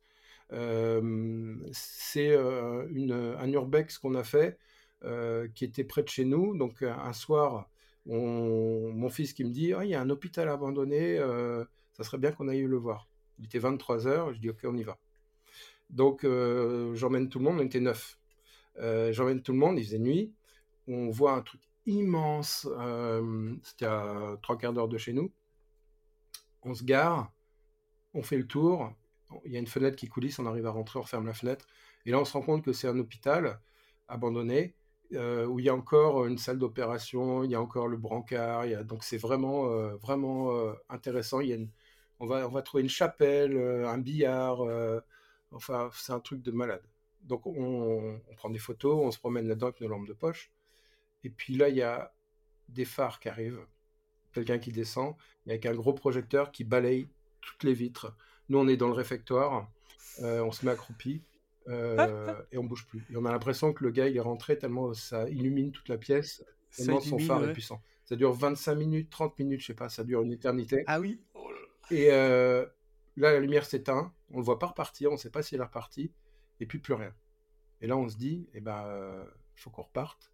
c'est un urbex qu'on a fait qui était près de chez nous. Donc un soir, mon fils qui me dit il y a un hôpital abandonné, ça serait bien qu'on aille le voir. Il était 23h, je dis ok, on y va. Donc j'emmène tout le monde, on était 9. J'emmène tout le monde, il faisait nuit. On voit un truc immense, c'était à 3/4 d'heure de chez nous. On se gare, on fait le tour, il y a une fenêtre qui coulisse, on arrive à rentrer, on referme la fenêtre, et là on se rend compte que c'est un hôpital abandonné, où il y a encore une salle d'opération, il y a encore le brancard, donc c'est vraiment intéressant. On va trouver une chapelle, un billard, enfin c'est un truc de malade. Donc on prend des photos, on se promène là-dedans avec nos lampes de poche, et puis là il y a des phares qui arrivent, quelqu'un qui descend, et avec un gros projecteur qui balaye toutes les vitres. Nous, on est dans le réfectoire, on se met accroupi et on bouge plus. Et on a l'impression que le gars, il est rentré tellement ça illumine toute la pièce, Ça tellement son illumine, phare est ouais. puissant. Ça dure 25 minutes, 30 minutes, je sais pas, ça dure une éternité. Ah oui? Oh là là. Et là, la lumière s'éteint, on le voit pas repartir, on ne sait pas s'il est reparti, et puis plus rien. Et là, on se dit, il faut qu'on reparte,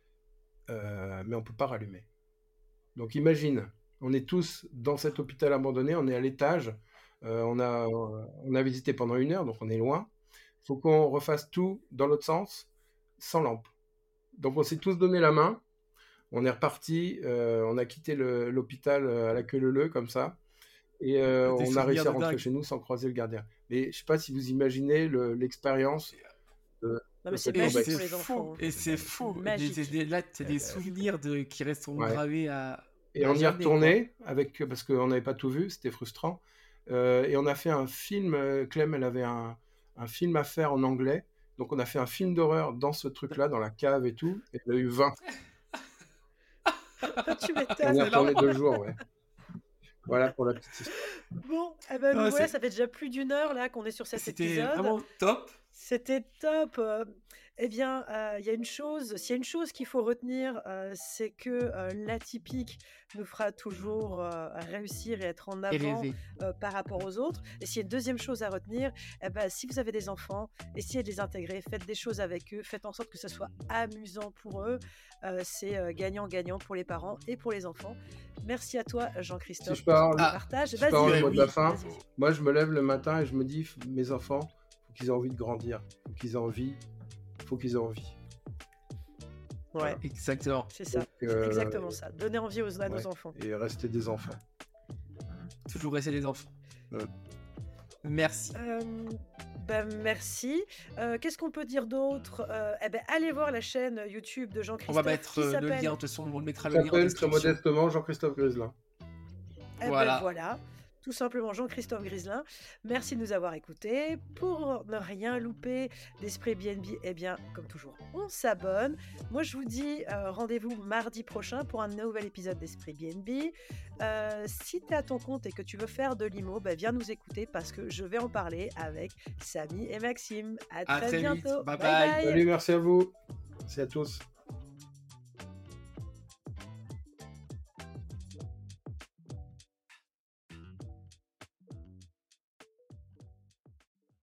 mais on peut pas rallumer. Donc imagine, on est tous dans cet hôpital abandonné, on est à l'étage, on a visité pendant 1 heure, donc on est loin. Il faut qu'on refasse tout dans l'autre sens, sans lampe. Donc on s'est tous donné la main, on est reparti, on a quitté l'hôpital à la queue leu comme ça, et Des on a souvenirs réussi à de rentrer dingue. chez nous sans croiser le gardien. Mais je ne sais pas si vous imaginez l'expérience Non, mais de c'est cet Et magique c'est pour urbex. les fou, enfants. et c'est fou. Magique. Là, c'est des souvenirs qui resteront Ouais. gravés Et à on y est jamais, quoi. retourné, parce qu'on n'avait pas tout vu, c'était frustrant. Et on a fait un film, Clem, elle avait un film à faire en anglais. Donc on a fait un film d'horreur dans ce truc-là, dans la cave et tout. Et elle a eu 20. Tu On y est m'étonnes. retourné 2 jours, ouais. Voilà pour la petite histoire. Bon, eh ben, nous Ah, voilà, ça fait déjà plus d'1 heure là qu'on est sur cet c'était épisode. vraiment top. C'était top. Eh bien, il y a une chose, s'il y a une chose qu'il faut retenir, c'est que l'atypique nous fera toujours réussir et être en Et avant rêver. par rapport aux autres. Et s'il y a une deuxième chose à retenir, eh ben, si vous avez des enfants, essayez de les intégrer, faites des choses avec eux, faites en sorte que ce soit amusant pour eux. C'est gagnant-gagnant pour les parents et pour les enfants. Merci à toi, Si Jean-Christophe, je pour parle, ton partage. si je Vas-y, parle le Ouais, mot de la oui. fin, vas-y. moi je me lève le matin et je me dis, mes enfants, faut qu'ils aient envie de grandir. Faut qu'ils aient envie. Ouais, Exactement. c'est ça. Donc, C'est exactement ça. Donner envie à ouais, nos enfants. et rester des enfants. Toujours rester des enfants. Ouais. Merci. Merci. Qu'est-ce qu'on peut dire d'autre? Allez voir la chaîne YouTube de On va Jean-Christophe mettre qui le s'appelle... lien, de toute façon, on le mettra Il le lien en s'appelle très description. modestement Jean-Christophe Griselin. Voilà. Voilà, tout simplement Jean-Christophe Griselin. Merci de nous avoir écoutés. Pour ne rien louper d'Esprit BNB, eh bien, comme toujours, on s'abonne. Moi, je vous dis rendez-vous mardi prochain pour un nouvel épisode d'Esprit BNB. Si tu es à ton compte et que tu veux faire de l'IMO, viens nous écouter parce que je vais en parler avec Samy et Maxime. À très très vite. bientôt. Bye Bye. Salut, merci à vous. Merci à tous.